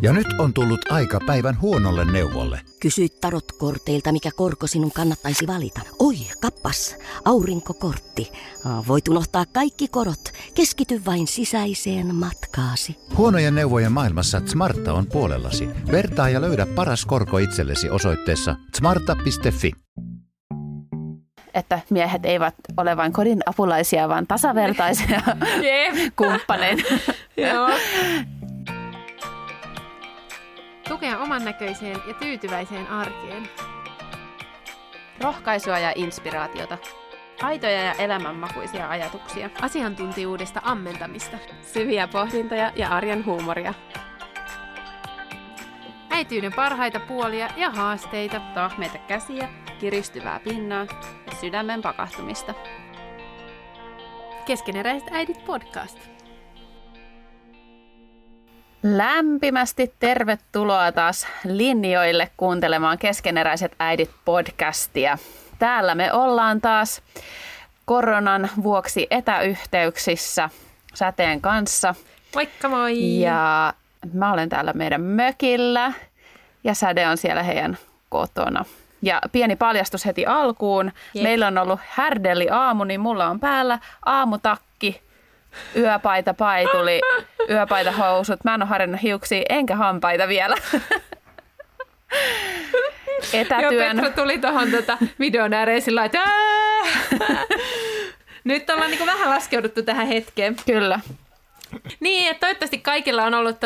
Ja nyt on tullut aika päivän huonolle neuvolle. Kysy tarotkorteilta, mikä korko sinun kannattaisi valita. Oi, kappas, aurinkokortti. Voit unohtaa kaikki korot. Keskity vain sisäiseen matkaasi. Huonojen neuvojen maailmassa Smarta on puolellasi. Vertaa ja löydä paras korko itsellesi osoitteessa smarta.fi. Että miehet eivät ole vain kodin apulaisia, vaan tasavertaisia kumppaneita. Joo. Tukea oman näköiseen ja tyytyväiseen arkeen. Rohkaisua ja inspiraatiota. Aitoja ja elämänmakuisia ajatuksia. Asiantuntijuudesta ammentamista. Syviä pohdintoja ja arjen huumoria. Äityyden parhaita puolia ja haasteita. Tahmeita käsiä, kiristyvää pinnaa ja sydämen pakahtumista. Keskeneräiset äidit podcast. Lämpimästi tervetuloa taas linjoille kuuntelemaan Keskeneräiset äidit podcastia. Täällä me ollaan taas koronan vuoksi etäyhteyksissä Säteen kanssa. Moikka moi! Ja mä olen täällä meidän mökillä ja Säde on siellä heidän kotona. Ja pieni paljastus heti alkuun. Jep. Meillä on ollut härdelli aamu, niin mulla on päällä aamutakki, yöpaita, paituli, yöpaitahousut. Mä en ole harjannut hiuksia enkä hampaita vielä. Etätyön. Joo, Petra tuli tuohon videon ääreen sillä lailla, että nyt ollaan niin vähän laskeuduttu tähän hetkeen. Kyllä. Niin, että toivottavasti kaikilla on ollut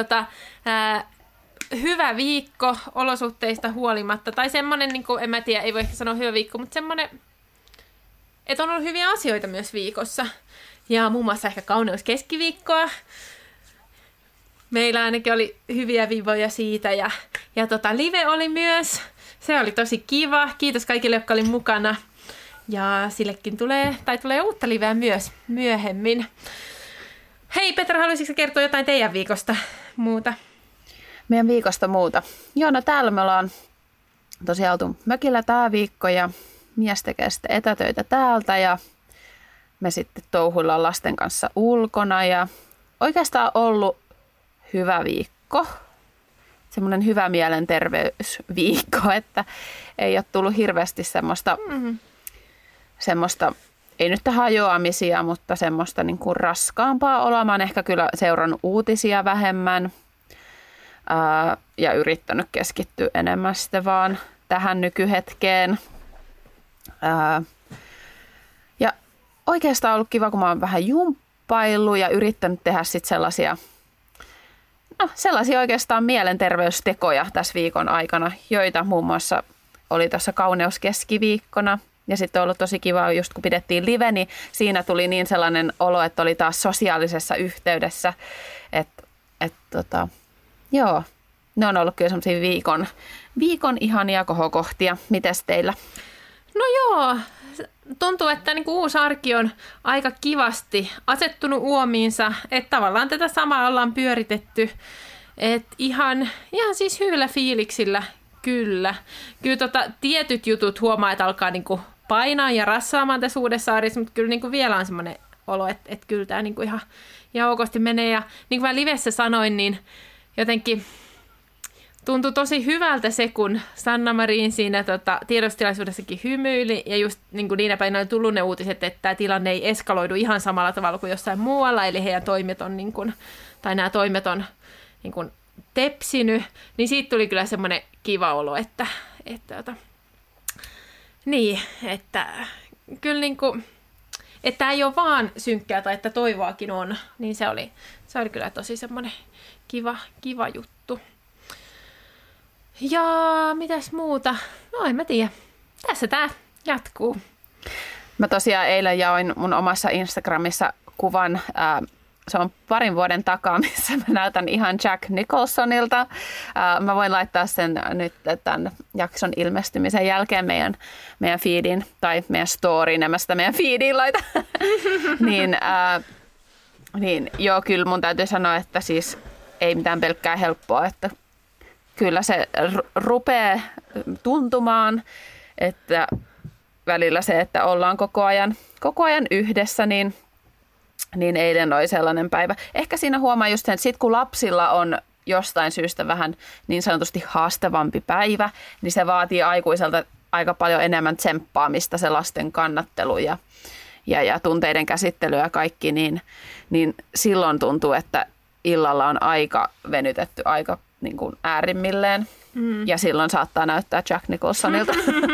hyvä viikko olosuhteista huolimatta. Tai semmoinen, niin kuin, en mä tiedä, ei voi ehkä sanoa hyvä viikko, mutta semmoinen, että on ollut hyviä asioita myös viikossa. Ja muun muassa ehkä kauneuskeskiviikkoa. Meillä ainakin oli hyviä vivoja siitä ja live oli myös. Se oli tosi kiva. Kiitos kaikille, jotka oli mukana. Ja sillekin tulee uutta liveä myös myöhemmin. Hei Petra, haluaisitko kertoa jotain teidän viikosta muuta? Meidän viikosta muuta. Joo, no täällä me ollaan tosiaan oltu mökillä tää viikko ja mies tekee sitten etätöitä täältä ja me sitten touhuillaan lasten kanssa ulkona ja oikeastaan ollut hyvä viikko. Semmoinen hyvä mielenterveysviikko, että ei ole tullut hirveästi semmoista ei nyt hajoamisia, mutta semmoista niin kuin raskaampaa oloa. Mä oon ehkä kyllä seurannut uutisia vähemmän ja yrittänyt keskittyä enemmän sitten vaan tähän nykyhetkeen. Ja oikeastaan on ollut kiva, kun mä oon vähän jumppaillut ja yrittänyt tehdä sitten sellaisia oikeastaan mielenterveystekoja tässä viikon aikana, joita muun muassa oli tuossa kauneuskeskiviikkona. Ja sitten on ollut tosi kiva, just kun pidettiin live, niin siinä tuli niin sellainen olo, että oli taas sosiaalisessa yhteydessä. Joo, ne on ollut kyllä sellaisia viikon ihania kohokohtia. Mites teillä? No joo, tuntuu, että niinku uusi arki on aika kivasti asettunut uomiinsa. Että tavallaan tätä samaa ollaan pyöritetty. Että ihan siis hyvillä fiiliksillä kyllä. Kyllä tietyt jutut huomaa, että alkaa niinku painaa ja rassaamaan tässä uudessa arjessa, mutta kyllä niinku vielä on semmoinen olo, että kyllä tämä niinku ihan okosti menee. Ja niin kuin mä livessä sanoin, niin jotenkin tuntui tosi hyvältä se, kun Sanna Marin siinä tiedostilaisuudessakin hymyili. Ja just niin kuin niinä päinä oli tullut ne uutiset, että tämä tilanne ei eskaloidu ihan samalla tavalla kuin jossain muualla. Eli heidän toimet on, niin kuin, tai nämä toimet on niin kuin tepsinyt. Niin siitä tuli kyllä semmoinen kiva olo, että kyllä niin kuin, että tämä ei ole vaan synkkää tai että toivoakin on. Niin se oli kyllä tosi semmoinen kiva juttu. Ja mitäs muuta? No en mä tiedä. Tässä tää jatkuu. Mä tosiaan eilen jaoin mun omassa Instagramissa kuvan, se on 2 vuoden takaa, missä mä näytän ihan Jack Nicholsonilta. Mä voin laittaa sen nyt tämän jakson ilmestymisen jälkeen meidän feedin tai meidän storyin, en mä sitä meidän feediin laita. niin joo, kyllä mun täytyy sanoa, että siis ei mitään pelkkää helppoa, että kyllä se rupeaa tuntumaan, että välillä se, että ollaan koko ajan yhdessä, niin eilen oli sellainen päivä. Ehkä siinä huomaa just sen, että sit kun lapsilla on jostain syystä vähän niin sanotusti haastavampi päivä, niin se vaatii aikuiselta aika paljon enemmän tsemppaamista, se lasten kannattelu ja tunteiden käsittely ja kaikki, niin silloin tuntuu, että illalla on aika venytetty aika niin kuin äärimmilleen. Ja silloin saattaa näyttää Jack Nicholsonilta.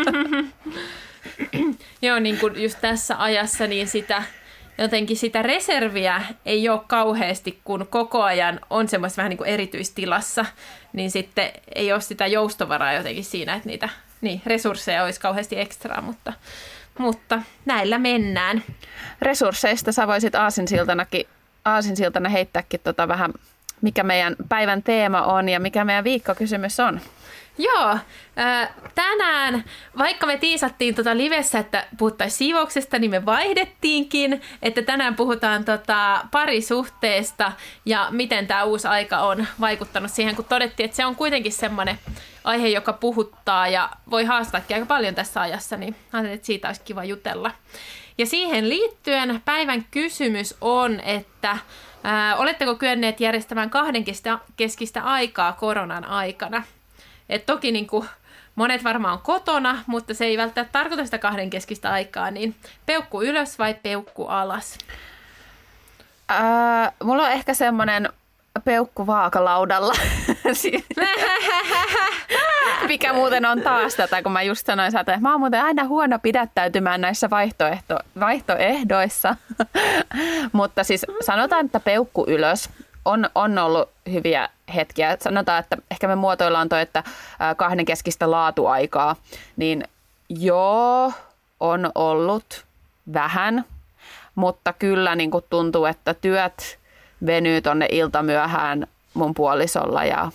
Joo, niin kuin just tässä ajassa niin jotenkin sitä reserviä ei ole kauheasti, kun koko ajan on semmoista vähän niin kuin erityistilassa, niin sitten ei ole sitä joustovaraa jotenkin siinä, että niitä resursseja olisi kauheasti ekstraa, mutta näillä mennään. Resursseista sä voisit aasinsiltana heittääkin vähän, mikä meidän päivän teema on ja mikä meidän viikkokysymys on. Joo, tänään, vaikka me tiisattiin livessä, että puhuttaisiin siivouksesta, niin me vaihdettiinkin, että tänään puhutaan parisuhteesta ja miten tämä uusi aika on vaikuttanut siihen, kun todettiin, että se on kuitenkin semmoinen aihe, joka puhuttaa ja voi haastaakin aika paljon tässä ajassa, niin ajattelin, että siitä olisi kiva jutella. Ja siihen liittyen päivän kysymys on, että oletteko kyenneet järjestämään kahdenkeskistä aikaa koronan aikana? Et toki niin kuin monet varmaan on kotona, mutta se ei välttämättä tarkoita sitä kahdenkeskistä aikaa, niin peukku ylös vai peukku alas? Mulla on ehkä semmoinen peukku vaakalaudalla, mikä muuten on taas tätä, kun mä just sanoin, että mä oon muuten aina huono pidättäytymään näissä vaihtoehdoissa, mutta siis sanotaan, että peukku ylös. On ollut hyviä hetkiä. Sanotaan, että ehkä me muotoillaan toi, että kahdenkeskistä laatuaikaa, niin joo, on ollut vähän, mutta kyllä niin kuin tuntuu, että työt venyy tonne iltamyöhään mun puolisolla ja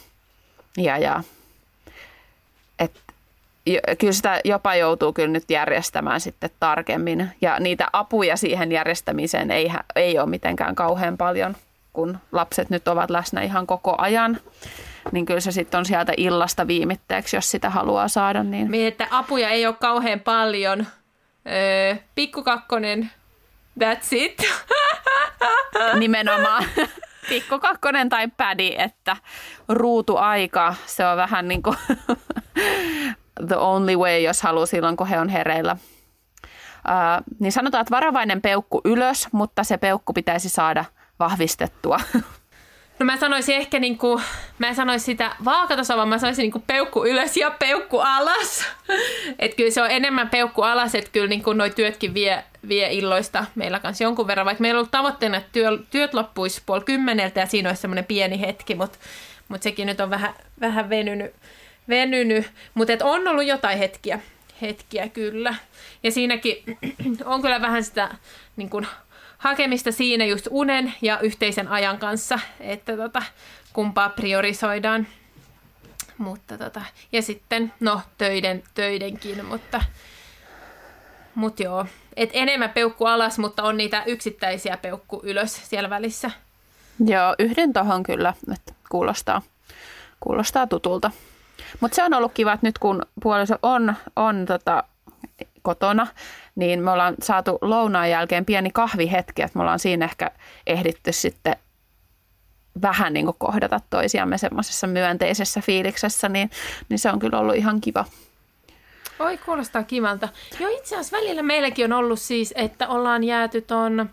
kyllä sitä jopa joutuu kyllä nyt järjestämään sitten tarkemmin ja niitä apuja siihen järjestämiseen ei ole mitenkään kauhean paljon, kun lapset nyt ovat läsnä ihan koko ajan, niin kyllä se sitten on sieltä illasta viimitteeksi, jos sitä haluaa saada. Niin. Että apuja ei ole kauhean paljon. Pikku kakkonen, that's it. Nimenomaan. Pikku kakkonen tai pädi, että ruutuaika, se on vähän niin kuin the only way, jos haluaa silloin, kun he on hereillä. Niin sanotaan, että varovainen peukku ylös, mutta se peukku pitäisi saada vahvistettua. No mä sanoisin ehkä mä en sanoisi sitä vaakatasoa, vaan mä sanoisin peukku ylös ja peukku alas. Että kyllä se on enemmän peukku alas, että kyllä noi työtkin vie illoista meillä kanssa jonkun verran. Vaikka meillä on ollut tavoitteena, että työt loppuisi 9:30 ja siinä olisi semmoinen pieni hetki, mutta sekin nyt on vähän venynyt. Mutta on ollut jotain hetkiä kyllä. Ja siinäkin on kyllä vähän sitä hakemista siinä just unen ja yhteisen ajan kanssa, että kumpaa priorisoidaan. Mutta ja sitten töidenkin, mutta joo. Et enemmän peukku alas, mutta on niitä yksittäisiä peukku ylös siellä välissä. Joo, yhden tohon kyllä, että kuulostaa tutulta. Mutta se on ollut kiva, että nyt kun puoliso on kotona, niin me ollaan saatu lounaan jälkeen pieni kahvihetki, että me ollaan siinä ehkä ehditty sitten vähän niin kuin kohdata toisiamme semmoisessa myönteisessä fiiliksessä, niin se on kyllä ollut ihan kiva. Oi, kuulostaa kivalta. Joo, itse asiassa välillä meilläkin on ollut siis, että ollaan jääty ton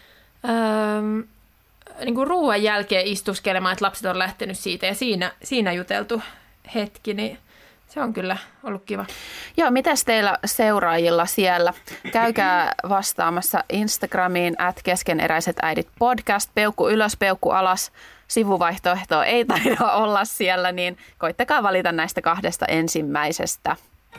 niin kuin ruoan jälkeen istuskelemaan, että lapset on lähtenyt siitä ja siinä juteltu hetki, niin se on kyllä ollut kiva. Joo, mitäs teillä seuraajilla siellä? Käykää vastaamassa Instagramiin @keskeneräiset-äidit podcast, peukku ylös, peukku alas. Sivuvaihtoehtoa ei taida olla siellä, niin koittakaa valita näistä kahdesta ensimmäisestä.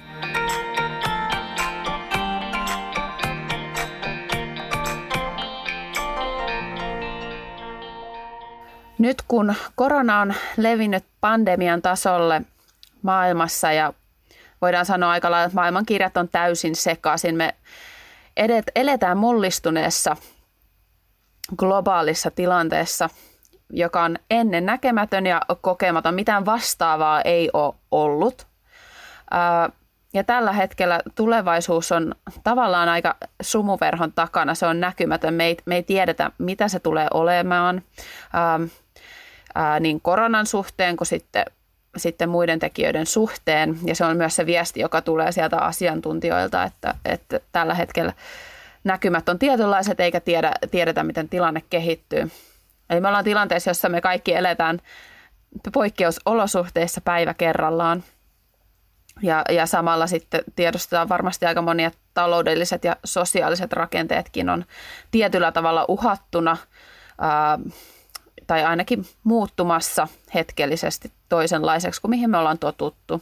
Nyt kun korona on levinnyt pandemian tasolle maailmassa ja voidaan sanoa aika lailla, että maailmankirjat on täysin sekaisin. Me eletään mullistuneessa globaalissa tilanteessa, joka on ennen näkemätön ja kokematon. Mitään vastaavaa ei ole ollut. Ja tällä hetkellä tulevaisuus on tavallaan aika sumuverhon takana. Se on näkymätön. Me ei tiedetä, mitä se tulee olemaan. niin koronan suhteen kuin sitten muiden tekijöiden suhteen. Ja se on myös se viesti, joka tulee sieltä asiantuntijoilta, että tällä hetkellä näkymät on tietynlaiset eikä tiedetä, miten tilanne kehittyy. Eli me ollaan tilanteessa, jossa me kaikki eletään poikkeusolosuhteissa päivä kerrallaan. Ja samalla sitten tiedostetaan varmasti aika monia taloudelliset ja sosiaaliset rakenteetkin on tietyllä tavalla uhattuna tai ainakin muuttumassa hetkellisesti toisenlaiseksi kuin mihin me ollaan totuttu.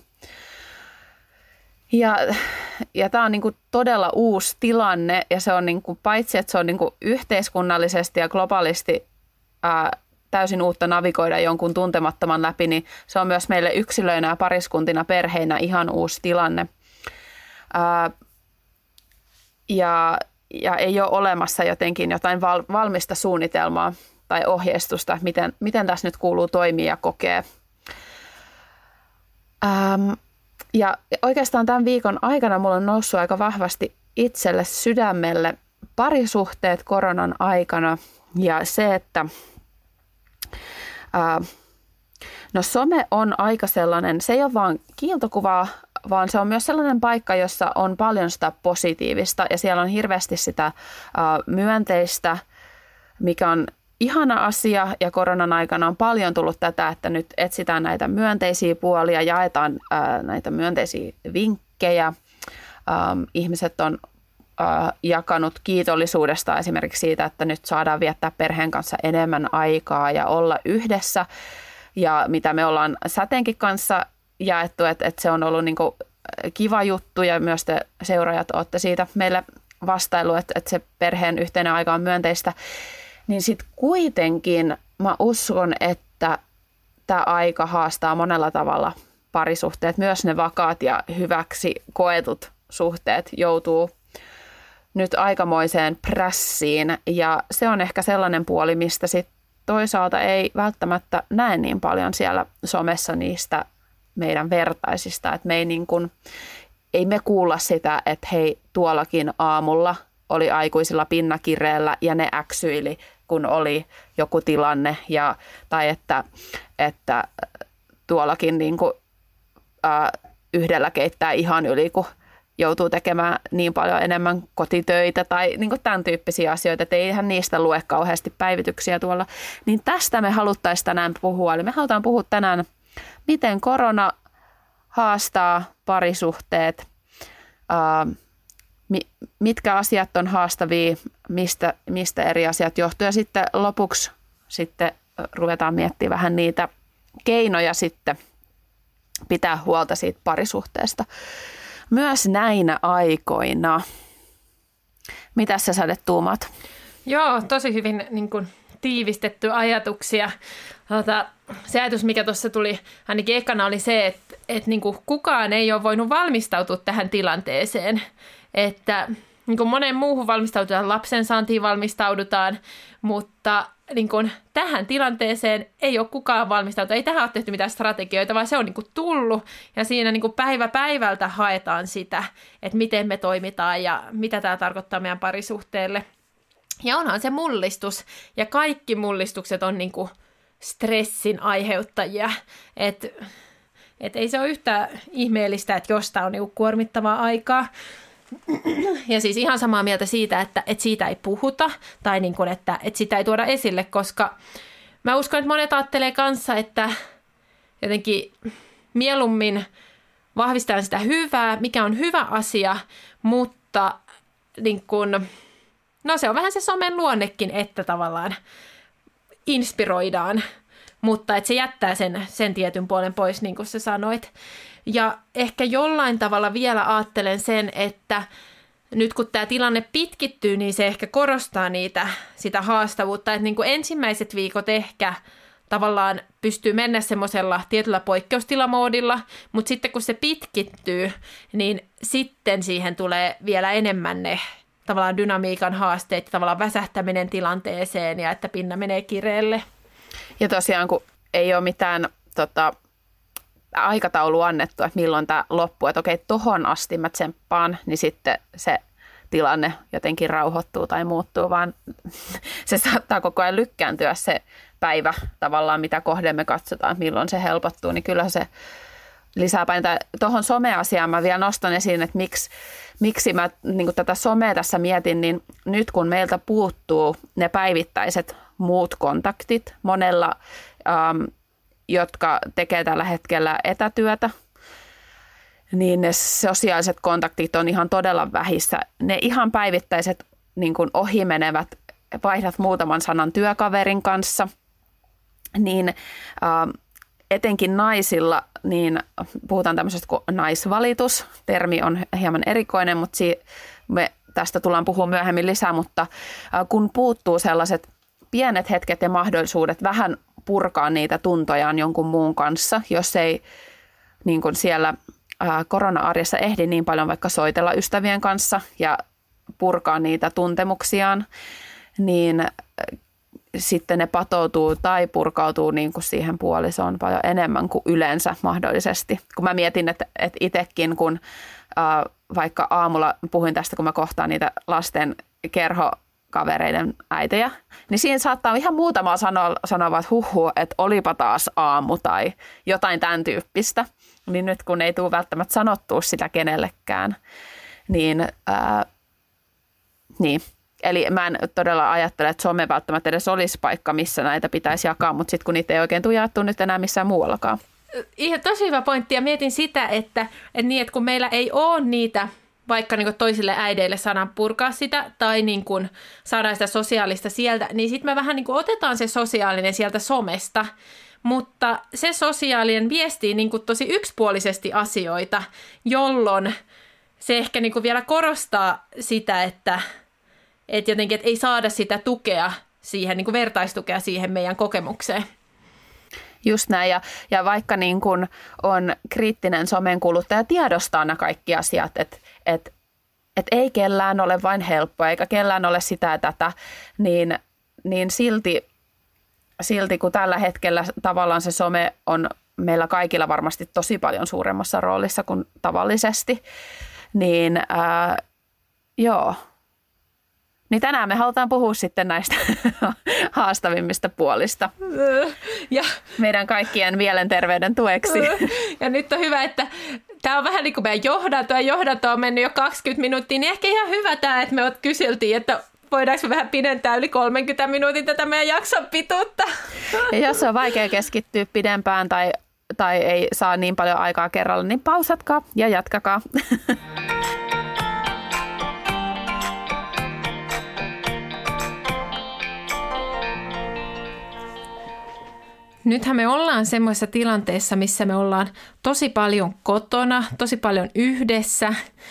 Ja tämä on niin kuin todella uusi tilanne ja se on niin kuin, paitsi, että se on niin kuin yhteiskunnallisesti ja globaalisti täysin uutta navigoida jonkun tuntemattoman läpi, niin se on myös meille yksilöinä ja pariskuntina, perheinä ihan uusi tilanne. Ja ei ole olemassa jotenkin jotain valmista suunnitelmaa tai ohjeistusta, miten tässä nyt kuuluu toimia ja kokea. Ja oikeastaan tämän viikon aikana mulla on noussut aika vahvasti itselle sydämelle parisuhteet koronan aikana ja se, että no some on aika sellainen, se ei ole vaan kiiltokuvaa, vaan se on myös sellainen paikka, jossa on paljon sitä positiivista ja siellä on hirveästi sitä myönteistä, mikä on ihana asia ja koronan aikana on paljon tullut tätä, että nyt etsitään näitä myönteisiä puolia, jaetaan näitä myönteisiä vinkkejä. Ihmiset on jakanut kiitollisuudesta esimerkiksi siitä, että nyt saadaan viettää perheen kanssa enemmän aikaa ja olla yhdessä. Ja mitä me ollaan Säteenkin kanssa jaettu, että se on ollut niin kuin kiva juttu ja myös te seuraajat olette siitä meille vastailu, että se perheen yhteinen aika on myönteistä. Niin sitten kuitenkin mä uskon, että tämä aika haastaa monella tavalla parisuhteet. Myös ne vakaat ja hyväksi koetut suhteet joutuu nyt aikamoiseen prässiin. Ja se on ehkä sellainen puoli, mistä sitten toisaalta ei välttämättä näe niin paljon siellä somessa niistä meidän vertaisista. Että me ei me kuulla sitä, että hei, tuollakin aamulla oli aikuisilla pinnakireellä ja ne äksyili, kun oli joku tilanne, tai että tuollakin niin kuin, yhdellä keittää ihan yli, kun joutuu tekemään niin paljon enemmän kotitöitä tai niin kuin tämän tyyppisiä asioita, että eihän niistä lue kauheasti päivityksiä tuolla. Niin tästä me haluttaisiin tänään puhua. Eli me halutaan puhua tänään, miten korona haastaa parisuhteet, mitkä asiat on haastavia, mistä eri asiat johtuu. Ja sitten lopuksi sitten ruvetaan miettimään vähän niitä keinoja sitten pitää huolta siitä parisuhteesta. Myös näinä aikoina. Mitä sä Sade tuumaat? Joo, tosi hyvin niin kuin tiivistetty ajatuksia. Se ajatus, mikä tuossa tuli ainakin ekana, oli se, että niin kuin kukaan ei ole voinut valmistautua tähän tilanteeseen. Että niin kuin moneen muuhun valmistaudutaan, lapsen saantiin valmistaudutaan, mutta niin kuin tähän tilanteeseen ei ole kukaan valmistautunut. Ei tähän ole tehty mitään strategioita, vaan se on niin kuin tullut ja siinä niin kuin päivä päivältä haetaan sitä, että miten me toimitaan ja mitä tämä tarkoittaa meidän parisuhteelle. Ja onhan se mullistus ja kaikki mullistukset on niin kuin stressin aiheuttajia, että ei se ole yhtään ihmeellistä, että jostain on niin kuin kuormittavaa aikaa. Ja siis ihan samaa mieltä siitä, että siitä ei puhuta tai niin kuin, että sitä ei tuoda esille, koska mä uskon, että monet ajattelee kanssa, että jotenkin mieluummin vahvistetaan sitä hyvää, mikä on hyvä asia, mutta niin kuin, no se on vähän se somen luonnekin, että tavallaan inspiroidaan, mutta että se jättää sen tietyn puolen pois, niin kuin sä sanoit. Ja ehkä jollain tavalla vielä ajattelen sen, että nyt kun tämä tilanne pitkittyy, niin se ehkä korostaa sitä haastavuutta, että niin kuin ensimmäiset viikot ehkä tavallaan pystyy mennä semmoisella tietyllä poikkeustilamoodilla, mutta sitten kun se pitkittyy, niin sitten siihen tulee vielä enemmän ne tavallaan dynamiikan haasteet, tavallaan väsähtäminen tilanteeseen ja että pinna menee kireelle. Ja tosiaan kun ei ole mitään aikataulu annettu, että milloin tämä loppuu, että okei, tohon asti mä tsemppaan, niin sitten se tilanne jotenkin rauhoittuu tai muuttuu, vaan se saattaa koko ajan lykkääntyä se päivä tavallaan, mitä kohden me katsotaan, milloin se helpottuu, niin kyllä se lisää painetta. Tuohon someasiaan mä vielä nostan esiin, että miksi mä niin tätä somea tässä mietin, niin nyt kun meiltä puuttuu ne päivittäiset muut kontaktit monella, jotka tekee tällä hetkellä etätyötä, niin ne sosiaaliset kontaktit on ihan todella vähissä. Ne ihan päivittäiset niin kuin ohimenevät, vaihdat muutaman sanan työkaverin kanssa, niin etenkin naisilla, niin puhutaan tämmöisestä kuin naisvalitus. Termi on hieman erikoinen, mutta me tästä tullaan puhumaan myöhemmin lisää, mutta kun puuttuu sellaiset pienet hetket ja mahdollisuudet vähän purkaa niitä tuntojaan jonkun muun kanssa, jos ei niin kuin siellä korona-arjessa ehdi niin paljon vaikka soitella ystävien kanssa ja purkaa niitä tuntemuksiaan, niin sitten ne patoutuu tai purkautuu niin kuin siihen puolisoon paljon enemmän kuin yleensä mahdollisesti. Kun mä mietin, että itsekin, kun vaikka aamulla puhuin tästä, kun mä kohtaan niitä lasten kerhokavereiden äitejä, niin siinä saattaa ihan muutama sanoa, että olipa taas aamu tai jotain tämän tyyppistä. Niin nyt kun ei tule välttämättä sanottua sitä kenellekään, niin niin. Eli mä en todella ajattele, että some välttämättä edes olisi paikka, missä näitä pitäisi jakaa, mutta sitten kun niitä ei oikein tule jaettua nyt enää missään muuallakaan. Ihan tosi hyvä pointti, ja mietin sitä, että kun meillä ei ole niitä, vaikka niin kuin toisille äideille saadaan purkaa sitä tai niin kuin saadaan sitä sosiaalista sieltä, niin sitten me vähän niin kuin otetaan se sosiaalinen sieltä somesta, mutta se sosiaalinen viestii niin kuin tosi yksipuolisesti asioita, jolloin se ehkä niin kuin vielä korostaa sitä, että jotenkin että ei saada sitä tukea siihen, niin kuin vertaistukea siihen meidän kokemukseen. Just näin, ja vaikka niin kuin on kriittinen somen kuluttaja, tiedostaa nämä kaikki asiat, että ei kellään ole vain helppoa, eikä kellään ole sitä ja tätä, niin silti kun tällä hetkellä tavallaan se some on meillä kaikilla varmasti tosi paljon suuremmassa roolissa kuin tavallisesti, niin joo. Niin tänään me halutaan puhua sitten näistä haastavimmista puolista ja meidän kaikkien mielenterveyden tueksi. Ja nyt on hyvä, että tämä on vähän niin kuin meidän johdanto on mennyt jo 20 minuuttia, niin ehkä ihan hyvä tämä, että me kyseltiin, että voidaanko me vähän pidentää yli 30 minuutin tätä meidän jakson pituutta. Ja jos on vaikea keskittyä pidempään tai ei saa niin paljon aikaa kerralla, niin pausatkaa ja jatkakaa. Nythän me ollaan semmoisessa tilanteessa, missä me ollaan tosi paljon kotona, tosi paljon yhdessä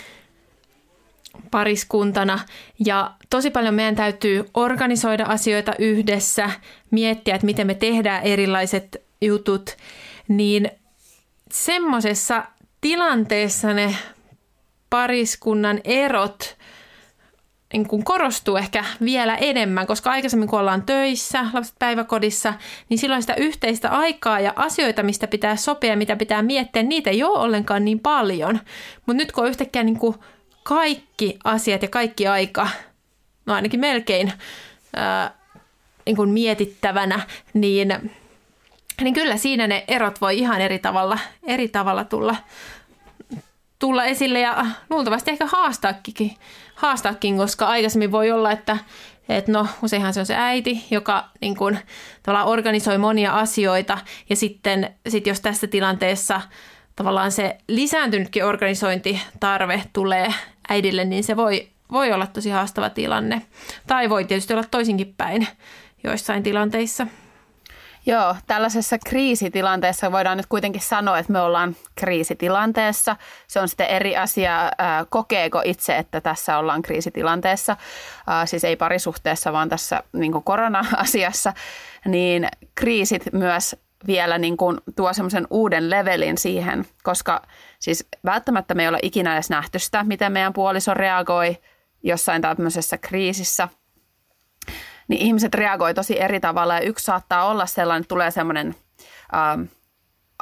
pariskuntana ja tosi paljon meidän täytyy organisoida asioita yhdessä, miettiä, että miten me tehdään erilaiset jutut, niin semmoisessa tilanteessa ne pariskunnan erot niin kun korostuu ehkä vielä enemmän, koska aikaisemmin kun ollaan töissä, lapset päiväkodissa, niin silloin sitä yhteistä aikaa ja asioita, mistä pitää sopia, mitä pitää miettiä, niitä ei ole ollenkaan niin paljon. Mutta nyt kun on yhtäkkiä niin kuin kaikki asiat ja kaikki aika, no ainakin melkein niin kuin mietittävänä, niin kyllä siinä ne erot voi ihan eri tavalla tulla esille ja luultavasti ehkä haastaakin, koska aikaisemmin voi olla, että no useinhan se on se äiti, joka niin kuin, tavallaan organisoi monia asioita ja sitten jos tässä tilanteessa tavallaan se lisääntynytkin organisointitarve tulee äidille, niin se voi olla tosi haastava tilanne. Tai voi tietysti olla toisinkin päin joissain tilanteissa. Joo, tällaisessa kriisitilanteessa voidaan nyt kuitenkin sanoa, että me ollaan kriisitilanteessa. Se on sitten eri asia, kokeeko itse, että tässä ollaan kriisitilanteessa, siis ei parisuhteessa, vaan tässä niin kuin korona-asiassa, niin kriisit myös vielä niin kuin tuo semmoisen uuden levelin siihen, koska siis välttämättä me ei ole ikinä edes nähty sitä, miten meidän puoliso reagoi jossain tämmöisessä kriisissä. Niin ihmiset reagoi tosi eri tavalla ja yksi saattaa olla sellainen, että tulee semmoinen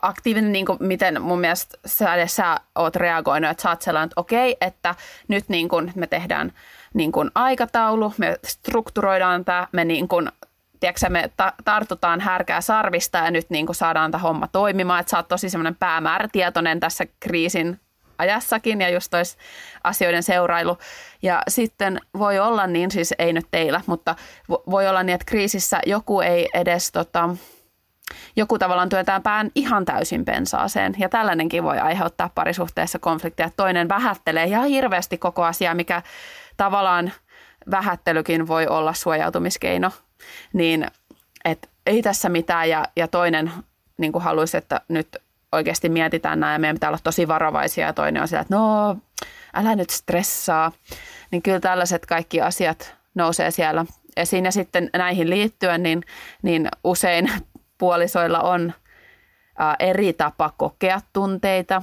aktiivinen, niin kuin miten mun mielestä sä oot reagoinut, että sä oot sellainen, että okei, että nyt niin kuin me tehdään niin kuin aikataulu, me strukturoidaan tämä, me niin kuin, tiedätkö, me tartutaan härkää sarvista ja nyt niin kuin saadaan tämä homma toimimaan, että sä oot tosi semmoinen päämäärätietoinen tässä kriisin ajassakin ja just tois asioiden seurailu. Ja sitten voi olla niin, siis ei nyt teillä, mutta voi olla niin, että kriisissä joku ei edes joku tavallaan työntää pään ihan täysin pensaaseen. Ja tällainenkin voi aiheuttaa parisuhteessa konflikteja. Toinen vähättelee ihan hirveästi koko asiaa, mikä tavallaan vähättelykin voi olla suojautumiskeino. Niin, että ei tässä mitään ja toinen niin kuin haluaisi, että nyt oikeasti mietitään näin ja meidän pitää olla tosi varovaisia ja toinen on siellä, että no älä nyt stressaa. Niin kyllä tällaiset kaikki asiat nousee siellä esiin ja sitten näihin liittyen, niin usein puolisoilla on eri tapa kokea tunteita,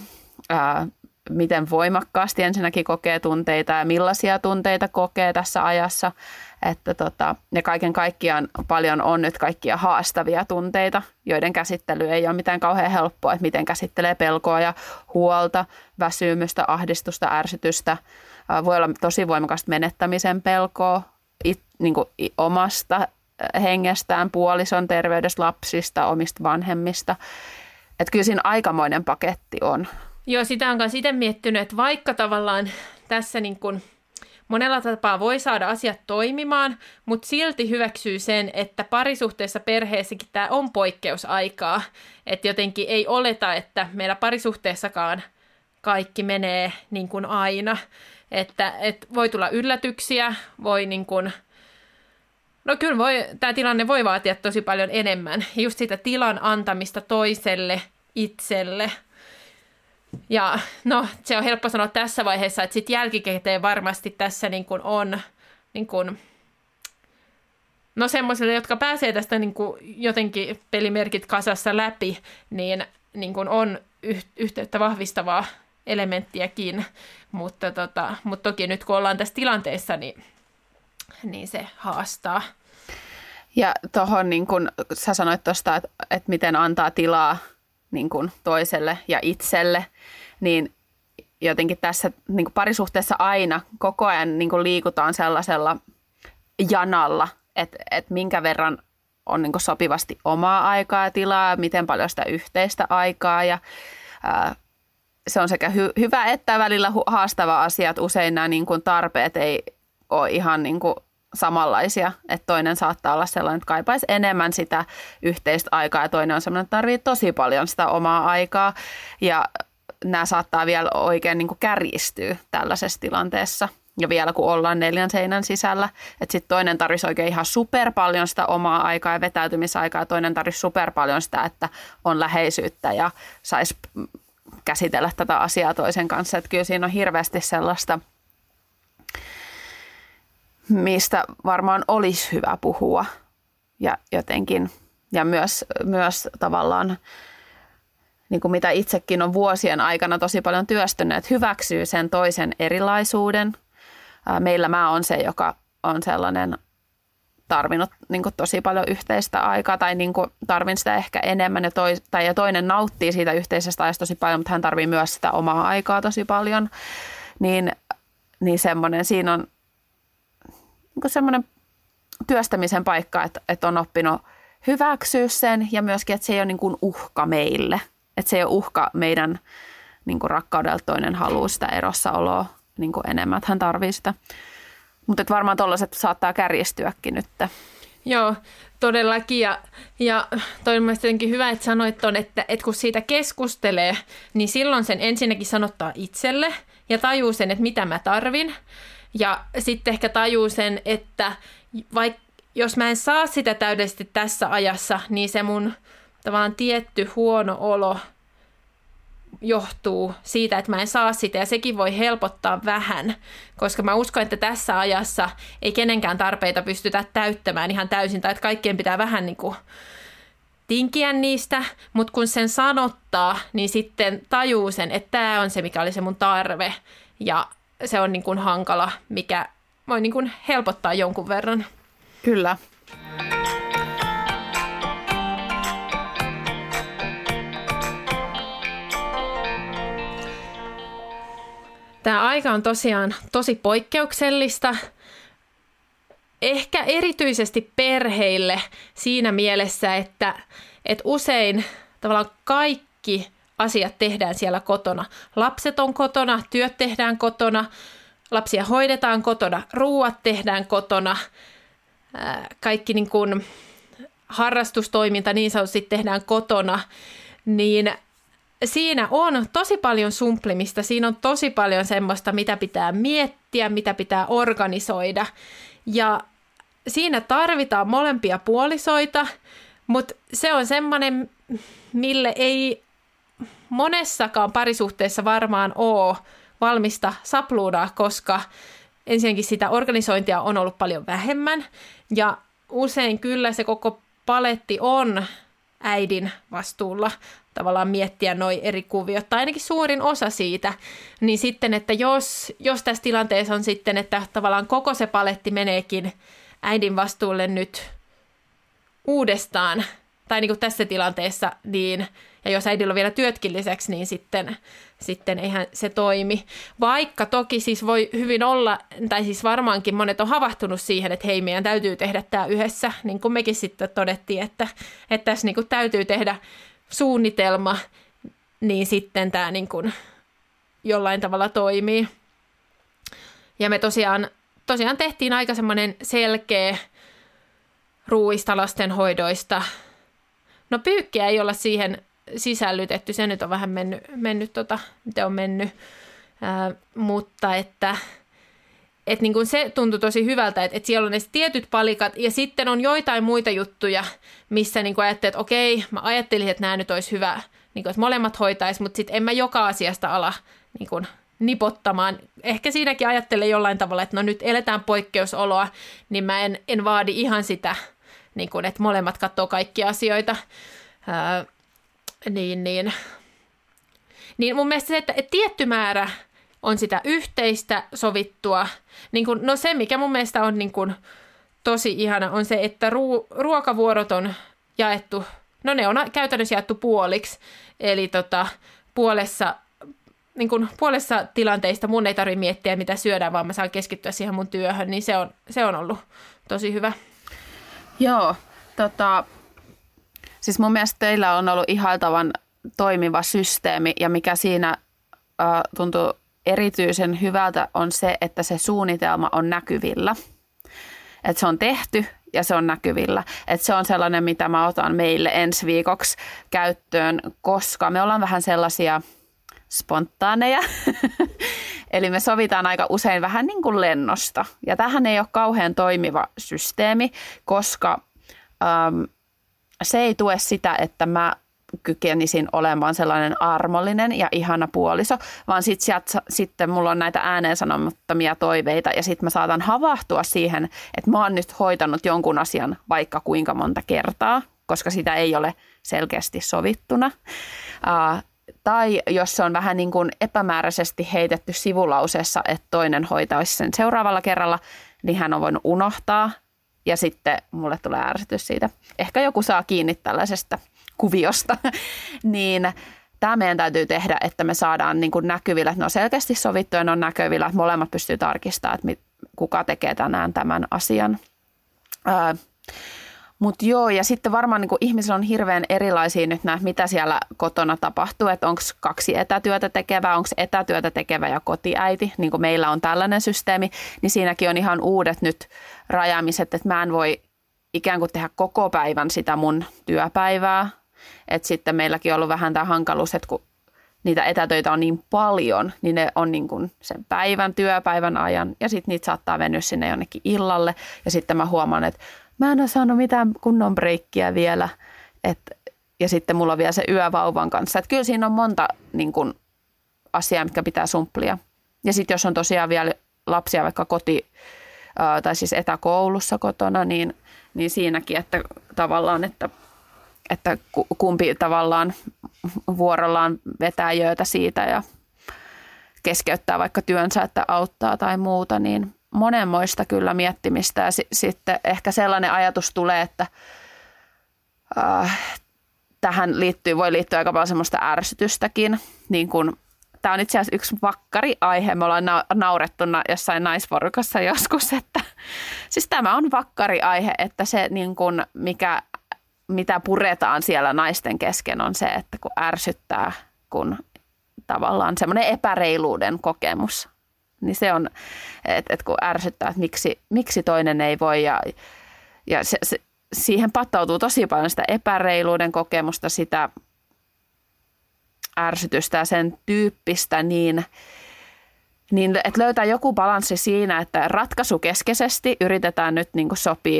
miten voimakkaasti ensinnäkin kokee tunteita ja millaisia tunteita kokee tässä ajassa. Että ja kaiken kaikkiaan paljon on nyt kaikkia haastavia tunteita, joiden käsittely ei ole mitään kauhean helppoa, että miten käsittelee pelkoa ja huolta, väsymystä, ahdistusta, ärsytystä. Voi olla tosi voimakasta menettämisen pelkoa niin kuin omasta hengestään, puolison terveydestä, lapsista, omista vanhemmista. Että kyllä siinä aikamoinen paketti on. Joo, sitä on myös itse miettinyt, että vaikka tavallaan tässä niin kuin monella tapaa voi saada asiat toimimaan, mutta silti hyväksyy sen, että parisuhteessa perheessäkin tämä on poikkeusaikaa. Että jotenkin ei oleta, että meillä parisuhteessakaan kaikki menee niin kuin aina. Että voi tulla yllätyksiä, voi niin kuin no kyllä tämä tilanne voi vaatia tosi paljon enemmän. Just sitä tilan antamista toiselle, itselle. Ja no se on helppo sanoa tässä vaiheessa, että sitten jälkikäteen varmasti tässä niin kuin on niin kuin, no semmoisille, jotka pääsee tästä niin kuin jotenkin pelimerkit kasassa läpi, niin kuin on yhteyttä vahvistavaa elementtiäkin. Mutta toki nyt kun ollaan tässä tilanteessa, niin se haastaa. Ja tuohon, niin kuin sä sanoit tuosta, että miten antaa tilaa niin kuin toiselle ja itselle, niin jotenkin tässä niin kuin parisuhteessa aina koko ajan niin kuin liikutaan sellaisella janalla, että minkä verran on niin kuin sopivasti omaa aikaa ja tilaa, miten paljon sitä yhteistä aikaa ja se on sekä hyvä että välillä haastava asia, että usein nämä niin kuin tarpeet ei ole ihan niin kuin samanlaisia, että toinen saattaa olla sellainen, että kaipaisi enemmän sitä yhteistä aikaa ja toinen on sellainen, että tarvitsee tosi paljon sitä omaa aikaa ja nämä saattaa vielä oikein niin kuin kärjistyä tällaisessa tilanteessa ja vielä kun ollaan 4 seinän sisällä, että sitten toinen tarvitsisi oikein ihan super paljon sitä omaa aikaa ja vetäytymisaikaa ja toinen tarvitsisi super paljon sitä, että on läheisyyttä ja saisi käsitellä tätä asiaa toisen kanssa, että kyllä siinä on hirveästi sellaista, mistä varmaan olisi hyvä puhua ja jotenkin, ja myös tavallaan, niin kuin mitä itsekin on vuosien aikana tosi paljon työstynyt, että hyväksyy sen toisen erilaisuuden. Meillä mä oon se, joka on sellainen tarvinnut niin kuin tosi paljon yhteistä aikaa tai niin kuin tarvin sitä ehkä enemmän ja toinen nauttii siitä yhteisestä ajasta tosi paljon, mutta hän tarvii myös sitä omaa aikaa tosi paljon. Niin semmoinen, siinä on niin semmoinen työstämisen paikka, että on oppinut hyväksyä sen ja myöskin, että se ei ole niin kuin uhka meille. Että se ei ole uhka meidän niin kuin rakkaudelta, toinen haluaa sitä erossaoloa niin kuin enemmän, että hän tarvitsee sitä. Mutta varmaan tuollaiset saattaa kärjistyäkin nyt. Joo, todellakin. Ja toi on mielestäni hyvä, että sanoit ton, että kun siitä keskustelee, niin silloin sen ensinnäkin sanottaa itselle ja tajuu sen, että mitä mä tarvin. Ja sitten ehkä tajuu sen, että vaikka jos mä en saa sitä täydellisesti tässä ajassa, niin se mun tavallaan tietty huono olo johtuu siitä, että mä en saa sitä ja sekin voi helpottaa vähän, koska mä uskon, että tässä ajassa ei kenenkään tarpeita pystytä täyttämään ihan täysin tai että kaikkien pitää vähän niin kuin tinkiä niistä, mutta kun sen sanottaa, niin sitten tajuu sen, että tämä on se, mikä oli se mun tarve ja se on niin kuin hankala, mikä voi niin kuin helpottaa jonkun verran. Kyllä. Tämä aika on tosiaan tosi poikkeuksellista. Ehkä erityisesti perheille siinä mielessä, että usein tavallaan kaikki asiat tehdään siellä kotona. Lapset on kotona, työt tehdään kotona, lapsia hoidetaan kotona, ruuat tehdään kotona, kaikki niin kuin harrastustoiminta niin sanotusti tehdään kotona, niin siinä on tosi paljon sumplimista, siinä on tosi paljon semmoista, mitä pitää miettiä, mitä pitää organisoida. Ja siinä tarvitaan molempia puolisoita, mutta se on semmoinen, mille ei monessakaan parisuhteessa varmaan ole valmista sapluunaa, koska ensinnäkin sitä organisointia on ollut paljon vähemmän ja usein kyllä se koko paletti on äidin vastuulla tavallaan miettiä noi eri kuviot, tai ainakin suurin osa siitä, niin sitten, että jos tässä tilanteessa on sitten, että tavallaan koko se paletti meneekin äidin vastuulle nyt uudestaan, tai niin kuin tässä tilanteessa, niin, ja jos äidillä on vielä työtkin lisäksi, niin sitten eihän se toimi. Vaikka toki siis voi hyvin olla, tai siis varmaankin monet on havahtunut siihen, että hei, meidän täytyy tehdä tämä yhdessä, niin kuin mekin sitten todettiin, että tässä niin kuin täytyy tehdä suunnitelma, niin sitten tämä niin kuin jollain tavalla toimii. Ja me tosiaan tehtiin aika semmoinen selkeä ruuista lastenhoidoista. No pyykkiä ei olla siihen sisällytetty, se nyt on vähän mennyt miten on mennyt, mutta että niin kuin se tuntui tosi hyvältä, että siellä on ne tietyt palikat ja sitten on joitain muita juttuja, missä niin kuin ajattelin, että okei, mä ajattelin, että nämä nyt olisi hyvä, niin kuin, että molemmat hoitaisi, mutta sitten en mä joka asiasta ala niin kuin nipottamaan. Ehkä siinäkin ajattelen jollain tavalla, että no nyt eletään poikkeusoloa, niin mä en vaadi ihan sitä, niin kuin, että molemmat katsoo kaikkia asioita. Niin mun mielestä se, että tietty määrä on sitä yhteistä sovittua. Niin kun, no se, mikä mun mielestä on niin kun tosi ihana, on se, että ruokavuorot on jaettu, no ne on käytännössä jaettu puoliksi. Eli puolessa tilanteista mun ei tarvitse miettiä, mitä syödään, vaan mä saan keskittyä siihen mun työhön, niin se on ollut tosi hyvä. Joo, siis mun mielestä teillä on ollut ihailtavan toimiva systeemi ja mikä siinä tuntuu erityisen hyvältä on se, että se suunnitelma on näkyvillä. Että se on tehty ja se on näkyvillä. Että se on sellainen, mitä mä otan meille ensi viikoksi käyttöön, koska me ollaan vähän sellaisia spontaaneja. Eli me sovitaan aika usein vähän niin kuin lennosta. Ja tämähän ei ole kauhean toimiva systeemi, koska se ei tue sitä, että mä kykenisin olemaan sellainen armollinen ja ihana puoliso, vaan sitten mulla on näitä ääneen sanomattomia toiveita ja sitten mä saatan havahtua siihen, että mä oon nyt hoitanut jonkun asian vaikka kuinka monta kertaa, koska sitä ei ole selkeästi sovittuna. Tai jos se on vähän niin kuin epämääräisesti heitetty sivulauseessa, että toinen hoitaisi sen seuraavalla kerralla, niin hän on voinut unohtaa ja sitten mulle tulee ärsytys siitä. Ehkä joku saa kiinni tällaisesta kuviosta, niin tämä meidän täytyy tehdä, että me saadaan niin kuin näkyvillä, että ne on selkeästi sovittu ja ne on näkyvillä, että molemmat pystyy tarkistamaan, että kuka tekee tänään tämän asian. Mutta joo, ja sitten varmaan niin kuin ihmisillä on hirveän erilaisia nyt nämä, mitä siellä kotona tapahtuu, että onko 2 etätyötä tekevää, onko etätyötä tekevä ja kotiäiti, niin kuin meillä on tällainen systeemi, niin siinäkin on ihan uudet nyt rajaamiset, että mä en voi ikään kuin tehdä koko päivän sitä mun työpäivää, että sitten meilläkin on ollut vähän tämä hankaluus, että kun niitä etätöitä on niin paljon, niin ne on niin kuin sen työpäivän ajan ja sitten niitä saattaa venyä sinne jonnekin illalle ja sitten mä huomaan, että mä en ole saanut mitään kunnon breikkiä vielä ja sitten mulla on vielä se yövauvan kanssa, että kyllä siinä on monta niin kuin asiaa, mitkä pitää sumplia ja sitten jos on tosiaan vielä lapsia vaikka tai siis etäkoulussa kotona, niin siinäkin, että tavallaan, että kumpi tavallaan vuorollaan vetää jöötä siitä ja keskeyttää vaikka työnsä, että auttaa tai muuta, niin monenmoista kyllä miettimistä. Ja sitten ehkä sellainen ajatus tulee, että tähän voi liittyä aika paljon semmoista ärsytystäkin, niin kuin tämä on itse asiassa yksi vakkariaihe. Me ollaan naurettuna jossain naisporukassa joskus, että siis tämä on vakkariaihe, että se niin kuin, mitä puretaan siellä naisten kesken on se, että kun ärsyttää, kun tavallaan semmoinen epäreiluuden kokemus, niin se on, että kun ärsyttää, että miksi toinen ei voi ja siihen pattautuu tosi paljon sitä epäreiluuden kokemusta, sitä ärsytystä ja sen tyyppistä, niin että löytää joku balanssi siinä, että ratkaisukeskeisesti yritetään nyt niin kuin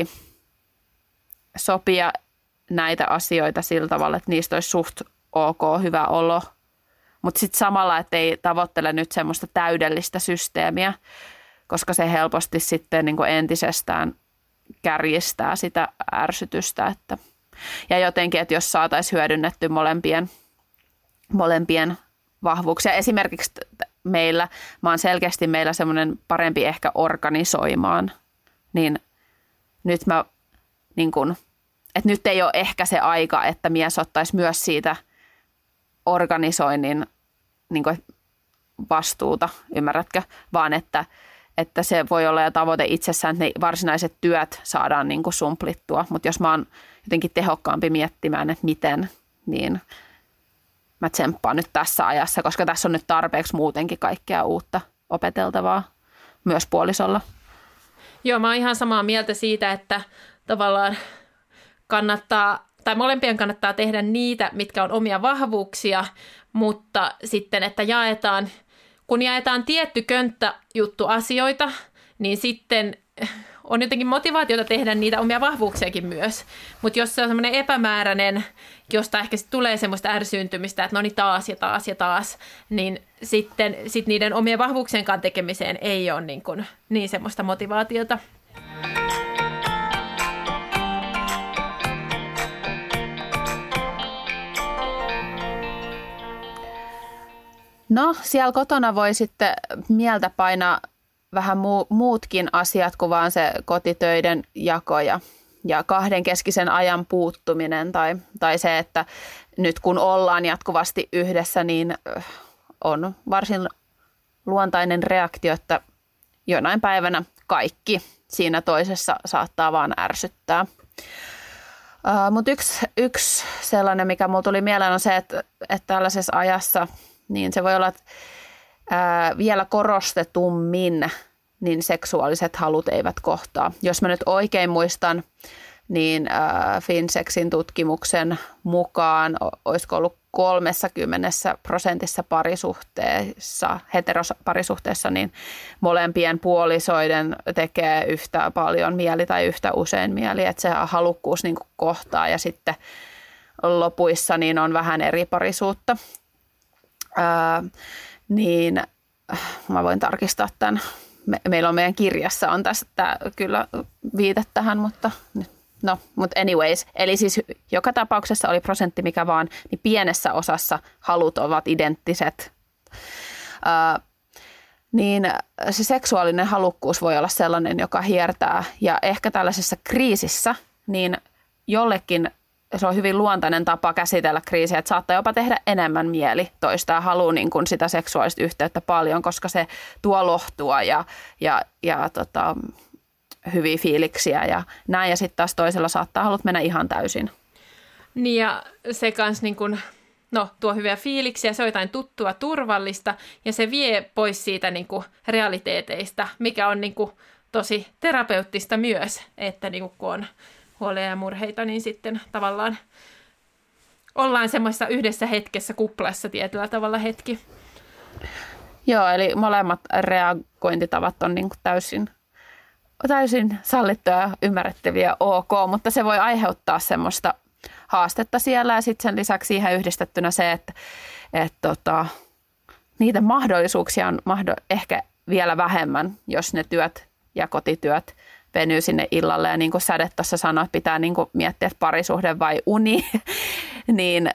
sopia näitä asioita sillä tavalla, että niistä olisi suht ok, hyvä olo, mutta sitten samalla, että ei tavoittele nyt semmoista täydellistä systeemiä, koska se helposti sitten niin kuin entisestään kärjistää sitä ärsytystä. Ja jotenkin, että jos saataisiin hyödynnetty molempien vahvuuksia. Esimerkiksi mä oon selkeästi meillä semmoinen parempi ehkä organisoimaan, niin nyt että nyt ei ole ehkä se aika, että mies ottaisi myös siitä organisoinnin niin kuin vastuuta, ymmärrätkö, vaan että se voi olla jo tavoite itsessään, että ne varsinaiset työt saadaan niin kuin sumplittua, mutta jos mä oon jotenkin tehokkaampi miettimään, että miten, niin mä tsemppaan nyt tässä ajassa, koska tässä on nyt tarpeeksi muutenkin kaikkea uutta opeteltavaa myös puolisolla. Joo, mä oon ihan samaa mieltä siitä, että tavallaan molempien kannattaa tehdä niitä, mitkä on omia vahvuuksia, mutta sitten, että kun jaetaan tietty könttäjuttu asioita, niin sitten on jotenkin motivaatiota tehdä niitä omia vahvuuksiakin myös. Mutta jos se on semmoinen epämääräinen, josta ehkä sit tulee semmoista ärsyyntymistä, että no niin taas ja taas ja taas, niin sitten niiden omien vahvuuksienkaan tekemiseen ei ole niin semmoista motivaatiota. No, siellä kotona voi sitten mieltä painaa vähän muutkin asiat kuin vaan se kotitöiden jako ja kahdenkeskisen ajan puuttuminen tai se, että nyt kun ollaan jatkuvasti yhdessä, niin on varsin luontainen reaktio, että jonain päivänä kaikki siinä toisessa saattaa vaan ärsyttää. Mutta yksi sellainen, mikä mulla tuli mieleen, on se, että tällaisessa ajassa niin se voi olla, että vielä korostetummin niin seksuaaliset halut eivät kohtaa. Jos mä nyt oikein muistan, niin Finsexin tutkimuksen mukaan olisiko ollut 30% parisuhteessa, heteroparisuhteessa, niin molempien puolisoiden tekee yhtä paljon mieli tai yhtä usein mieli, että se halukkuus niin kuin kohtaa ja sitten lopuissa niin on vähän eri parisuutta. Niin mä voin tarkistaa tämän. Meillä on meidän kirjassa on tästä kyllä viite tähän, mutta anyways. Eli siis joka tapauksessa oli prosentti mikä vaan, niin pienessä osassa halut ovat identtiset. Niin se seksuaalinen halukkuus voi olla sellainen, joka hiertää ja ehkä tällaisessa kriisissä, niin jollekin se on hyvin luontainen tapa käsitellä kriisiä, että saattaa jopa tehdä enemmän mieli toistaa halua niin kuin sitä seksuaalista yhteyttä paljon, koska se tuo lohtua ja hyviä fiiliksiä ja näin. Ja sitten taas toisella saattaa halut mennä ihan täysin. Niin ja se kanssa niin kuin, tuo hyviä fiiliksiä, se on jotain tuttua, turvallista ja se vie pois siitä niin kuin realiteeteista, mikä on niin kuin tosi terapeuttista myös, että niin kuin kun on huolia ja murheita, niin sitten tavallaan ollaan semmoisessa yhdessä hetkessä kuplassa tietyllä tavalla hetki. Joo, eli molemmat reagointitavat on niin kuin täysin sallittuja, ymmärrettäviä, ok, mutta se voi aiheuttaa semmoista haastetta siellä ja sitten sen lisäksi siihen yhdistettynä se, että niitä mahdollisuuksia on ehkä vielä vähemmän, jos ne työt ja kotityöt venyy sinne illalle ja niin kuin Säde tuossa sanoi, että pitää niin kuin miettiä, että parisuhde vai uni, niin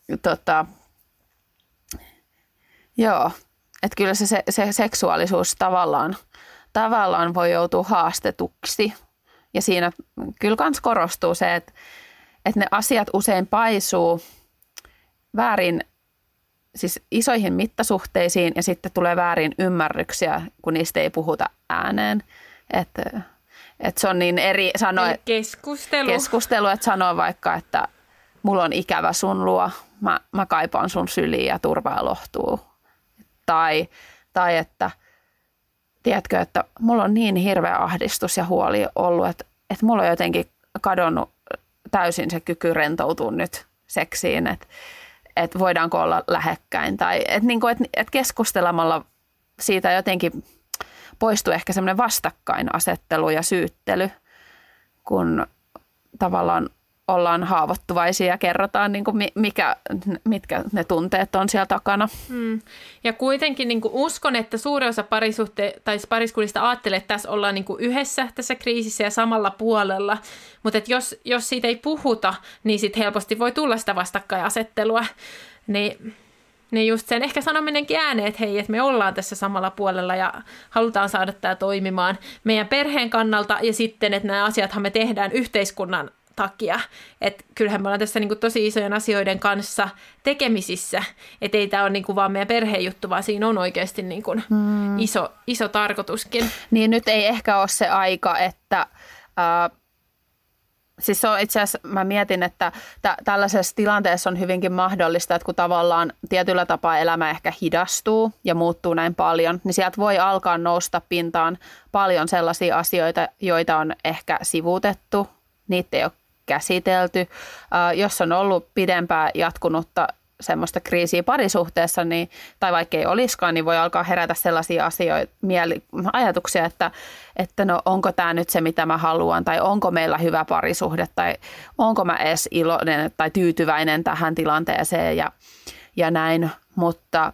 joo, että kyllä se seksuaalisuus tavallaan voi joutua haastetuksi ja siinä kyllä kans korostuu se, että ne asiat usein paisuu väärin siis isoihin mittasuhteisiin ja sitten tulee väärin ymmärryksiä, kun niistä ei puhuta ääneen. Että se on niin eri sanoa keskustelu, että sanoo vaikka, että mulla on ikävä sun luo, mä kaipaan sun syliin ja turvaa lohtuu. Tai että tiedätkö, että mulla on niin hirveä ahdistus ja huoli ollut, että mulla on jotenkin kadonnut täysin se kyky rentoutua nyt seksiin, että voidaanko olla lähekkäin. Tai että keskustelemalla siitä jotenkin poistuu ehkä semmoinen vastakkainasettelu ja syyttely, kun tavallaan ollaan haavoittuvaisia ja kerrotaan, niin kuin mitkä ne tunteet on siellä takana. Ja kuitenkin niin kuin uskon, että suuri osa pariskunnista ajattelee, että tässä ollaan niin kuin yhdessä tässä kriisissä ja samalla puolella. Mutta jos siitä ei puhuta, niin sitten helposti voi tulla sitä vastakkainasettelua. Niin just sen ehkä sanominenkin ääneen, että hei, että me ollaan tässä samalla puolella ja halutaan saada tämä toimimaan meidän perheen kannalta ja sitten, että nämä asiathan me tehdään yhteiskunnan takia. Että kyllähän me ollaan tässä niinku tosi isojen asioiden kanssa tekemisissä, että ei tämä ole niinku vaan meidän perheen juttu, vaan siinä on oikeasti niinku iso tarkoituskin. Niin nyt ei ehkä ole se aika, että siis on itse asiassa, mä mietin, että tällaisessa tilanteessa on hyvinkin mahdollista, että kun tavallaan tietyllä tapaa elämä ehkä hidastuu ja muuttuu näin paljon, niin sieltä voi alkaa nousta pintaan paljon sellaisia asioita, joita on ehkä sivuutettu, niitä ei ole käsitelty. Jos on ollut pidempään jatkunutta semmoista kriisiä parisuhteessa, niin, tai vaikka ei olisikaan, niin voi alkaa herätä sellaisia asioita, ajatuksia, että no onko tämä nyt se, mitä mä haluan, tai onko meillä hyvä parisuhde, tai onko mä edes iloinen tai tyytyväinen tähän tilanteeseen ja näin, mutta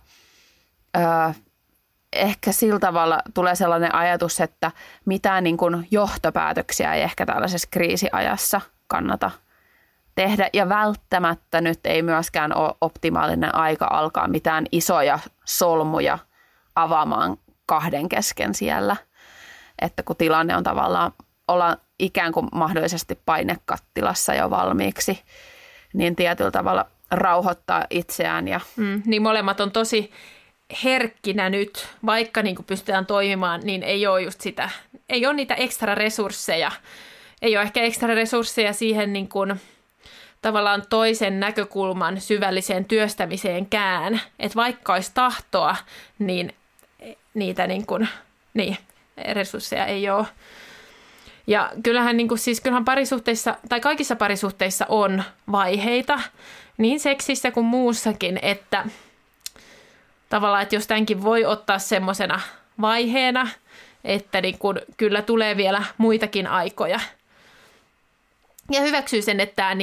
ehkä sillä tavalla tulee sellainen ajatus, että mitään niin kuin johtopäätöksiä ei ehkä tällaisessa kriisiajassa kannata tehdä. Ja välttämättä nyt ei myöskään ole optimaalinen aika alkaa mitään isoja solmuja avaamaan kahden kesken siellä. Että kun tilanne on tavallaan, ollaan ikään kuin mahdollisesti painekattilassa jo valmiiksi, niin tietyllä tavalla rauhoittaa itseään. Niin molemmat on tosi herkkinä nyt, vaikka niin kuin pystytään toimimaan, niin ei ole just sitä, ei ole niitä ekstra resursseja. Ei ole ehkä ekstra resursseja siihen niin kuin tavallaan toisen näkökulman syvälliseen työstämiseenkään. Että vaikka olisi tahtoa, niin niitä resursseja ei ole. Ja kyllähän, kyllähän parisuhteissa, tai kaikissa parisuhteissa on vaiheita, niin seksissä kuin muussakin, että tavallaan, että jos tämänkin voi ottaa semmoisena vaiheena, että kyllä tulee vielä muitakin aikoja. Ja hyväksyy sen, että tämä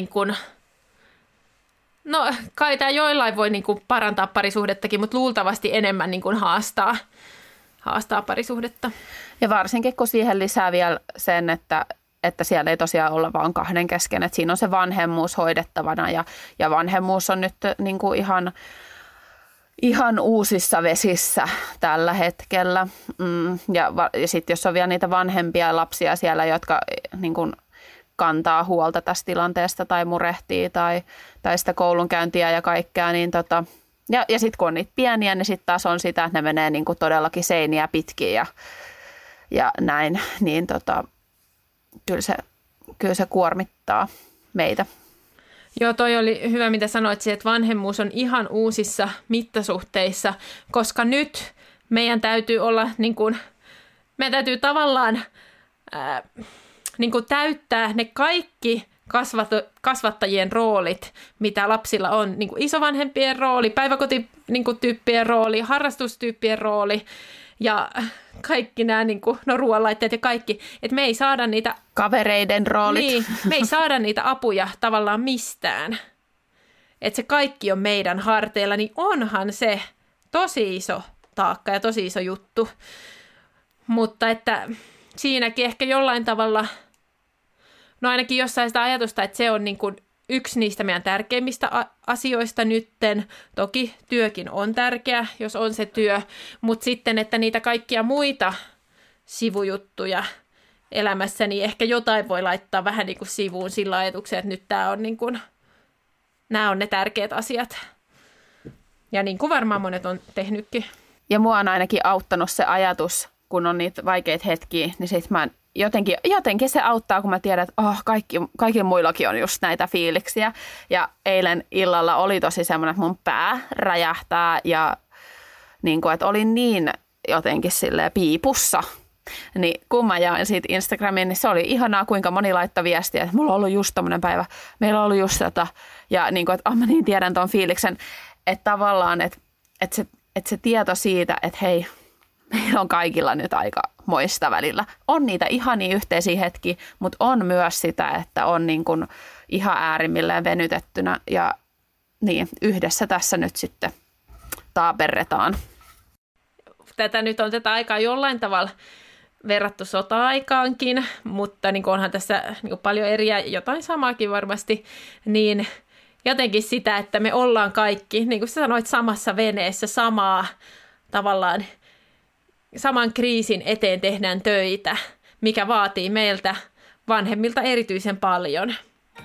no kai tämä joillain voi parantaa parisuhdettakin, mutta luultavasti enemmän haastaa parisuhdetta. Ja varsinkin kun siihen lisää vielä sen, että siellä ei tosiaan olla vaan kahden kesken, että siinä on se vanhemmuus hoidettavana ja vanhemmuus on nyt ihan uusissa vesissä tällä hetkellä. Ja sitten jos on vielä niitä vanhempia lapsia siellä, jotka kantaa huolta tästä tilanteesta tai murehtii tai sitä koulunkäyntiä ja kaikkea, niin ja sitten kun on niitä pieniä, niin sitten taas on sitä, että ne menee todellakin seiniä pitkin ja näin, niin kyllä se kuormittaa meitä. Joo, toi oli hyvä, mitä sanoit, että vanhemmuus on ihan uusissa mittasuhteissa, koska nyt meidän täytyy olla, meidän täytyy tavallaan täyttää ne kaikki kasvattajien roolit, mitä lapsilla on, isovanhempien rooli, päiväkotityyppien rooli, harrastustyyppien rooli ja kaikki nämä ruoanlaitteet ja kaikki, että me ei saada niitä kavereiden roolit. Niin, me ei saada niitä apuja tavallaan mistään. Että se kaikki on meidän harteilla, niin onhan se tosi iso taakka ja tosi iso juttu. Mutta että siinäkin ehkä jollain tavalla, no ainakin jossain sitä ajatusta, että se on yksi niistä meidän tärkeimmistä asioista nytten. Toki työkin on tärkeä, jos on se työ, mutta sitten, että niitä kaikkia muita sivujuttuja elämässä, niin ehkä jotain voi laittaa vähän sivuun sillä ajatuksella, että nyt nämä on ne tärkeät asiat. Ja niin kuin varmaan monet on tehnytkin. Ja mua on ainakin auttanut se ajatus, kun on niitä vaikeita hetkiä, niin sit mä jotenkin se auttaa, kun mä tiedän, että kaikilla muillakin on just näitä fiiliksiä. Ja eilen illalla oli tosi semmoinen, että mun pää räjähtää ja niin kuin, että olin niin jotenkin silleen piipussa. Niin kun mä jaoin siitä Instagramiin, niin se oli ihanaa, kuinka moni laittoi viestiä, että mulla on ollut just tommoinen päivä, meillä on ollut just tätä. Ja niin kuin, että mä niin tiedän ton fiiliksen, että tavallaan, että se tieto siitä, että hei, meillä on kaikilla nyt aika moista välillä. On niitä ihania yhteisiä hetkiä, mutta on myös sitä, että on niin kuin ihan äärimmilleen venytettynä ja niin, yhdessä tässä nyt sitten taaperretaan. Tätä nyt on tätä aikaa jollain tavalla verrattu sota-aikaankin, mutta niin onhan tässä niin paljon eriä, jotain samaakin varmasti, niin jotenkin sitä, että me ollaan kaikki, niin kuin sä sanoit, samassa veneessä, tavallaan saman kriisin eteen tehdään töitä, mikä vaatii meiltä vanhemmilta erityisen paljon.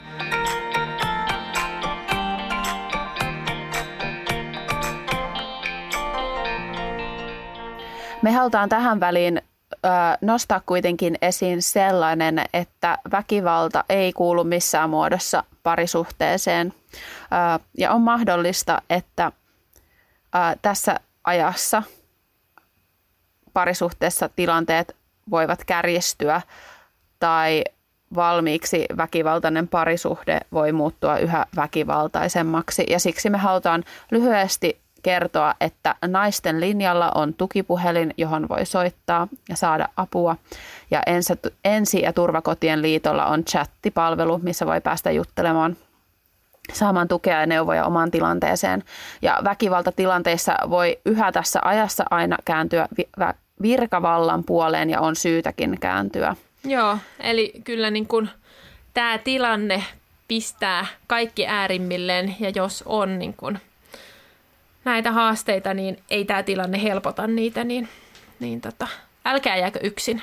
Me halutaan tähän väliin nostaa kuitenkin esiin sellainen, että väkivalta ei kuulu missään muodossa parisuhteeseen. Ja on mahdollista, että tässä ajassa parisuhteessa tilanteet voivat kärjistyä tai valmiiksi väkivaltainen parisuhde voi muuttua yhä väkivaltaisemmaksi. Ja siksi me halutaan lyhyesti kertoa, että Naisten linjalla on tukipuhelin, johon voi soittaa ja saada apua. Ja Ensi- ja turvakotien liitolla on chattipalvelu, missä voi päästä juttelemaan, saamaan tukea ja neuvoja omaan tilanteeseen. Ja väkivaltatilanteissa voi yhä tässä ajassa aina kääntyä virkavallan puoleen ja on syytäkin kääntyä. Joo, eli kyllä niin kuin tämä tilanne pistää kaikki äärimmilleen ja jos on niin kuin näitä haasteita, niin ei tämä tilanne helpota niitä, niin älkää jääkö yksin.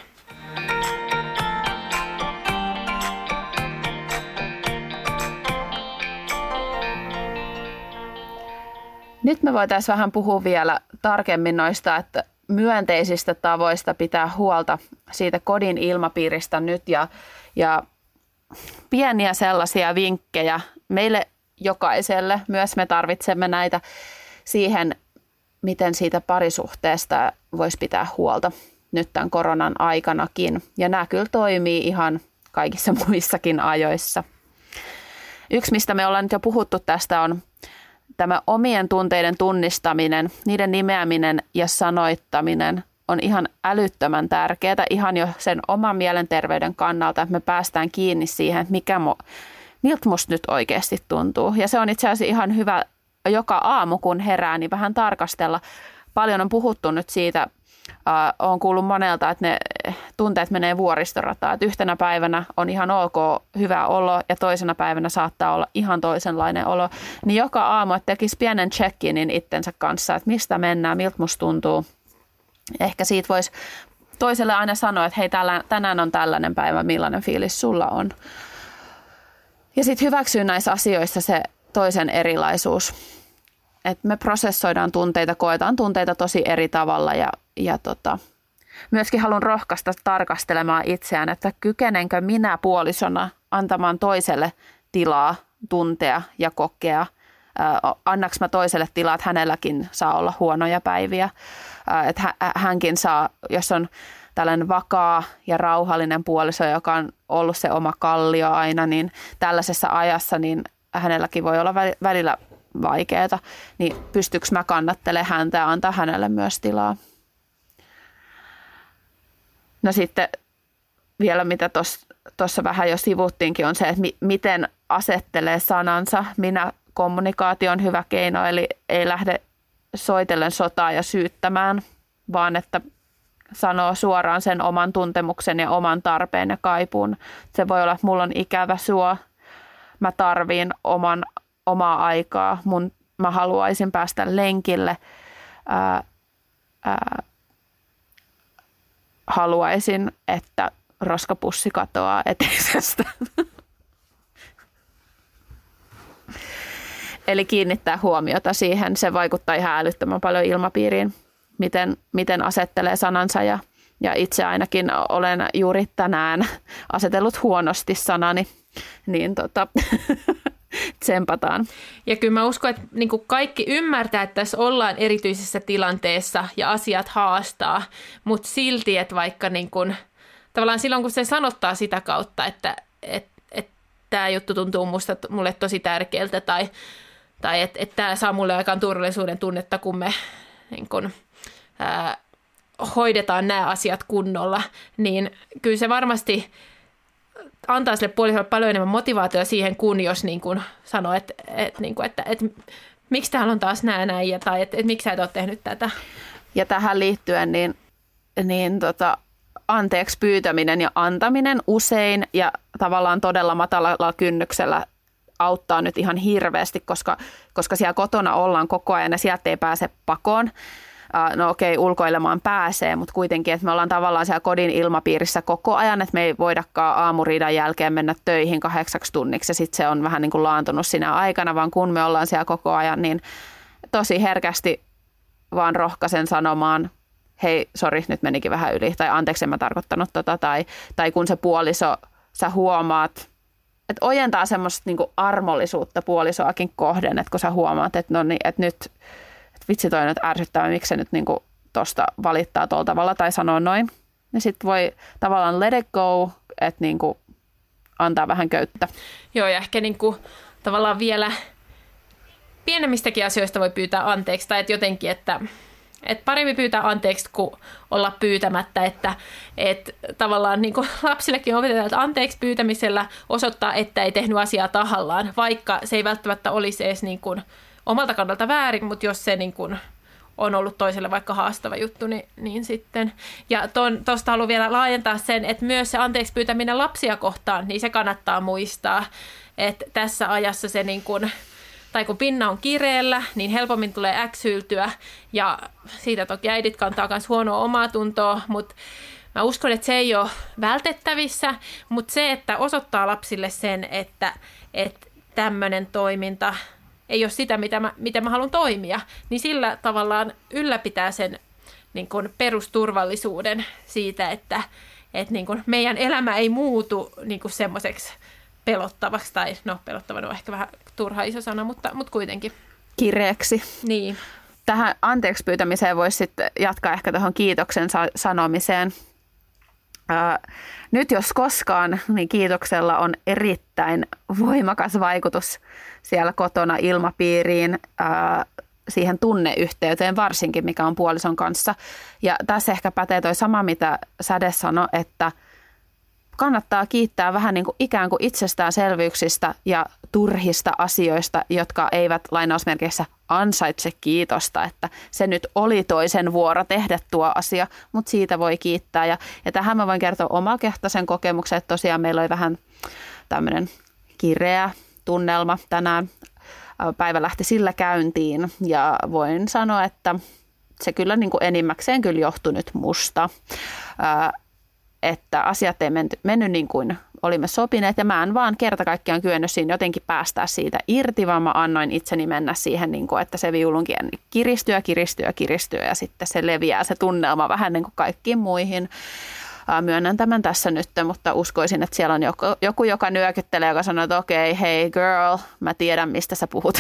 Nyt me voitaisiin vähän puhua vielä tarkemmin noista, että myönteisistä tavoista pitää huolta siitä kodin ilmapiiristä nyt ja pieniä sellaisia vinkkejä meille jokaiselle. Myös me tarvitsemme näitä siihen, miten siitä parisuhteesta voisi pitää huolta nyt tämän koronan aikanakin. Ja nämä kyllä toimii ihan kaikissa muissakin ajoissa. Yksi, mistä me ollaan nyt jo puhuttu tästä, on tämä omien tunteiden tunnistaminen, niiden nimeäminen ja sanoittaminen on ihan älyttömän tärkeää ihan jo sen oman mielenterveyden kannalta, että me päästään kiinni siihen, että miltä musta nyt oikeasti tuntuu. Ja se on itse asiassa ihan hyvä joka aamu, kun herää, niin vähän tarkastella. Paljon on puhuttu nyt siitä, olen kuullut monelta, että ne tunteet menee vuoristorataan. Että yhtenä päivänä on ihan ok, hyvä olo ja toisena päivänä saattaa olla ihan toisenlainen olo. Niin joka aamu, että tekisi pienen check-inin itsensä kanssa, että mistä mennään, miltä musta tuntuu. Ehkä siitä voisi toiselle aina sanoa, että hei, tänään on tällainen päivä, millainen fiilis sulla on. Ja sitten hyväksyy näissä asioissa se toisen erilaisuus. Että me prosessoidaan tunteita, koetaan tunteita tosi eri tavalla ja myöskin haluan rohkaista tarkastelemaan itseään, että kykenenkö minä puolisona antamaan toiselle tilaa tuntea ja kokea. Annaks mä toiselle tilaa, että hänelläkin saa olla huonoja päiviä. Että hänkin saa, jos on tällainen vakaa ja rauhallinen puoliso, joka on ollut se oma kallio aina, niin tällaisessa ajassa niin hänelläkin voi olla välillä vaikeaa, niin pystyykö mä kannattelemaan häntä ja antaa hänelle myös tilaa. No sitten vielä mitä tuossa vähän jo sivuttiinkin on se, että miten asettelee sanansa. Kommunikaatio on hyvä keino, eli ei lähde soitellen sotaa ja syyttämään, vaan että sanoo suoraan sen oman tuntemuksen ja oman tarpeen ja kaipuun. Se voi olla, että mulla on ikävä sua, mä tarviin omaa aikaa, mä haluaisin päästä lenkille, haluaisin, että roskapussi katoaa eteisestä. Eli kiinnittää huomiota siihen. Se vaikuttaa ihan älyttömän paljon ilmapiiriin, miten asettelee sanansa. Ja itse ainakin olen juuri tänään asetellut huonosti sanani, niin tsempataan. Ja kyllä mä uskon, että niin kuin kaikki ymmärtää, että tässä ollaan erityisessä tilanteessa ja asiat haastaa, mutta silti, että vaikka niin kuin, tavallaan silloin, kun se sanottaa sitä kautta, että tämä juttu tuntuu mulle tosi tärkeältä tai että tämä saa mulle aikaan turvallisuuden tunnetta, kun me niin kuin, hoidetaan nämä asiat kunnolla, niin kyllä se varmasti antaa sille puolisolle paljon enemmän motivaatiota siihen, kun jos niin kuin sanoo, että miksi täällä on taas näin tai että miksi sä et ole tehnyt tätä. Ja tähän liittyen anteeksi pyytäminen ja antaminen usein ja tavallaan todella matalalla kynnyksellä auttaa nyt ihan hirveästi, koska siellä kotona ollaan koko ajan ja sieltä ei pääse pakoon. No okei, ulkoilemaan pääsee, mutta kuitenkin, että me ollaan tavallaan siellä kodin ilmapiirissä koko ajan, että me ei voidakaan aamuriidan jälkeen mennä töihin 8 tunniksi ja sitten se on vähän niin kuin laantunut sinä aikana, vaan kun me ollaan siellä koko ajan, niin tosi herkästi vaan rohkaisen sanomaan, hei, sori, nyt menikin vähän yli, tai anteeksi, en mä tarkoittanut tai kun se puoliso, sä huomaat, että ojentaa semmoista niin kuin armollisuutta puolisoakin kohden, että kun sä huomaat, että no niin, että nyt vitsi toi nyt ärsyttävä, miksi se nyt niinku tosta valittaa tuolla tavalla tai sanoo noin. Ja sitten voi tavallaan let it go, että niinku antaa vähän köyttä. Joo, ja ehkä niinku tavallaan vielä pienemmistäkin asioista voi pyytää anteeksi, tai että jotenkin, että paremmin pyytää anteeksi kuin olla pyytämättä, että tavallaan niin kuin lapsillekin opetetaan, että anteeksi pyytämisellä osoittaa, että ei tehnyt asiaa tahallaan, vaikka se ei välttämättä olisi edes niin kuin omalta kannalta väärin, mutta jos se niin kuin on ollut toiselle vaikka haastava juttu, niin sitten. Ja tuosta haluan vielä laajentaa sen, että myös se anteeksi pyytäminen lapsia kohtaan, niin se kannattaa muistaa, että tässä ajassa se niin kuin, tai kun pinna on kireellä, niin helpommin tulee äksyltyä ja siitä toki äidit kantaa myös huonoa omaa tuntoa, mutta mä uskon, että se ei ole vältettävissä, mutta se, että osoittaa lapsille sen, että tämmöinen toiminta ei ole sitä, mitä mä haluan toimia, niin sillä tavallaan ylläpitää sen niin kuin perusturvallisuuden siitä, että niin kuin meidän elämä ei muutu niin kuin semmoiseksi pelottavaksi, tai no pelottavan on ehkä vähän turha iso sana, mutta kuitenkin. Kireeksi. Niin. Tähän anteeksi pyytämiseen voisi sitten jatkaa ehkä tuohon kiitoksen sanomiseen. Nyt jos koskaan, niin kiitoksella on erittäin voimakas vaikutus siellä kotona ilmapiiriin, siihen tunneyhteyteen varsinkin, mikä on puolison kanssa. Ja tässä ehkä pätee toi sama, mitä Säde sanoi, että kannattaa kiittää vähän niin kuin ikään kuin itsestäänselvyyksistä ja turhista asioista, jotka eivät lainausmerkeissä ansaitse kiitosta, että se nyt oli toisen vuoro tehdä tuo asia, mutta siitä voi kiittää. Ja tähän mä voin kertoa omakohtaisen kokemuksen, että tosiaan meillä oli vähän tämmöinen kireä tunnelma tänään. Päivä lähti sillä käyntiin ja voin sanoa, että se kyllä niin kuin enimmäkseen kyllä johtui nyt musta. Että asiat ei mennyt niin kuin olimme sopineet ja mä en vaan kerta kaikkiaan kyennyt siinä jotenkin päästää siitä irti, vaan mä annoin itseni mennä siihen, niin kuin, että se viulunkin kiristyy ja sitten se leviää se tunnelma vähän niin kuin kaikkiin muihin. Myönnän tämän tässä nyt, mutta uskoisin, että siellä on joku joka nyökyttelee, joka sanoo, että okei, hey girl, mä tiedän mistä sä puhut,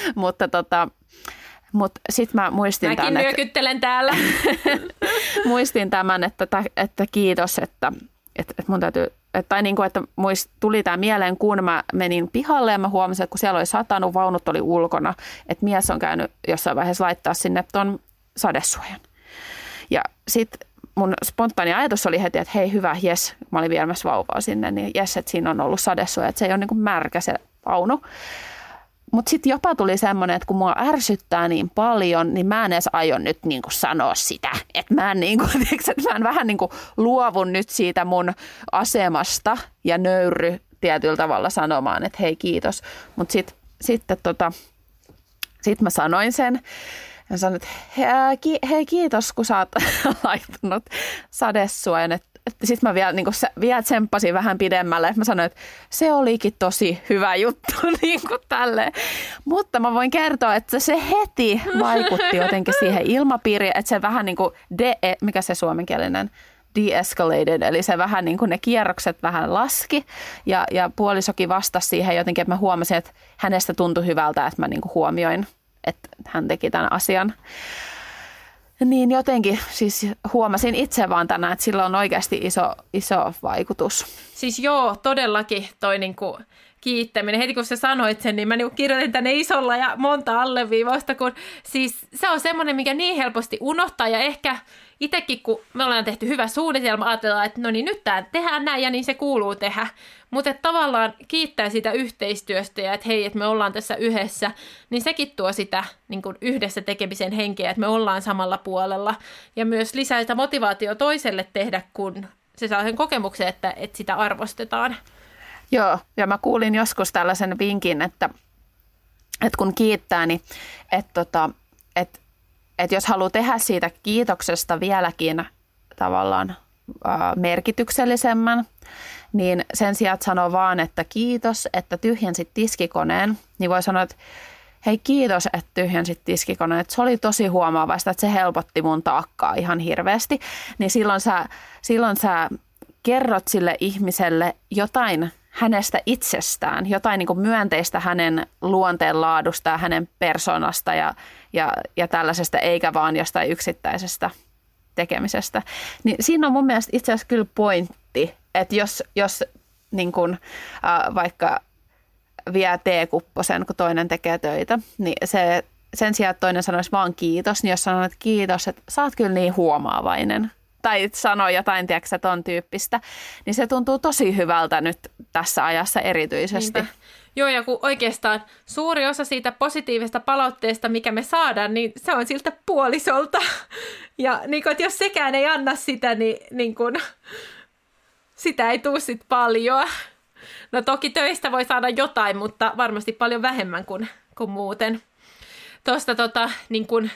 mutta sitten mä muistin Mäkin tämän. nyökyttelen täällä. Muistin tämän, että kiitos, että mun täytyy, tai niin kuin, että tuli tämä mieleen, kun mä menin pihalle ja mä huomasin, että kun siellä oli satanut, vaunut oli ulkona, että mies on käynyt jossain vaiheessa laittaa sinne ton sadesuojan. Ja sitten mun spontaani ajatus oli heti, että hei hyvä, jes, mä olin viemässä vauvaa sinne, niin jes, että siinä on ollut sadesuoja, että se ei ole niin kuin märkä se vaunu. Mutta sitten jopa tuli semmoinen, että kun mua ärsyttää niin paljon, niin mä en edes aio nyt niinku sanoa sitä. Että mä en vähän niinku luovun nyt siitä mun asemasta ja nöyry tietyllä tavalla sanomaan, että hei kiitos. Mutta sitten mä sanoin sen ja sanoin, että hei kiitos kun sä oot laittanut sadesuojan, että sitten mä vielä tsemppasin vähän pidemmälle. Mä sanoin, että se olikin tosi hyvä juttu niin kuin tälleen. Mutta mä voin kertoa, että se heti vaikutti jotenkin siihen ilmapiiriin, että se vähän niin kuin, mikä se suomenkielinen, de-escalated, eli se vähän niin kuin ne kierrokset vähän laski ja puolisokin vastasi siihen jotenkin, että mä huomasin, että hänestä tuntui hyvältä, että mä niin kuin huomioin, että hän teki tämän asian. Niin jotenkin siis huomasin itse vaan tänään, että sillä on oikeasti iso vaikutus. Siis joo, todellakin toi niinku kiittäminen. Heti kun sä sanoit sen, niin mä niinku kirjoitin tänne isolla ja monta alleviivausta, kun siis se on semmoinen, mikä niin helposti unohtaa ja ehkä itsekin, kun me ollaan tehty hyvä suunnitelma, ajatellaan, että no niin nyt tämä tehdään näin ja niin se kuuluu tehdä. Mutta tavallaan kiittää sitä yhteistyöstä ja että hei, että me ollaan tässä yhdessä, niin sekin tuo sitä niin kuin yhdessä tekemisen henkeä, että me ollaan samalla puolella. Ja myös lisää sitä motivaatiota toiselle tehdä, kun se saa sen kokemuksen, että sitä arvostetaan. Joo, ja mä kuulin joskus tällaisen vinkin, että kun kiittää, niin että jos haluaa tehdä siitä kiitoksesta vieläkin tavallaan merkityksellisemmän, niin sen sijaan, että sanoo vaan, että kiitos, että tyhjensit tiskikoneen, niin voi sanoa, että hei kiitos, että tyhjensit tiskikoneen, että se oli tosi huomaavaista, että se helpotti mun taakkaa ihan hirveästi, niin silloin sä kerrot sille ihmiselle jotain hänestä itsestään, jotain niin kuin myönteistä hänen luonteenlaadusta ja hänen persoonasta ja tällaisesta, eikä vaan jostain yksittäisestä tekemisestä. Niin siinä on mun mielestä itse asiassa kyllä pointti, että jos niin kuin, vaikka vie teekupposen, kun toinen tekee töitä, niin sen sijaan, että toinen sanoisi vaan kiitos, niin jos sanoo, että kiitos, että sä oot kyllä niin huomaavainen, tai sanoo jotain, tiedätkö, ton tyyppistä, niin se tuntuu tosi hyvältä nyt tässä ajassa erityisesti. Niinpä. Joo, ja kun oikeastaan suuri osa siitä positiivisesta palautteesta, mikä me saadaan, niin se on siltä puolisolta. Ja niin kun, että jos sekään ei anna sitä, niin kun, sitä ei tule sit paljon. No toki töistä voi saada jotain, mutta varmasti paljon vähemmän kuin muuten. Tuosta niin kun,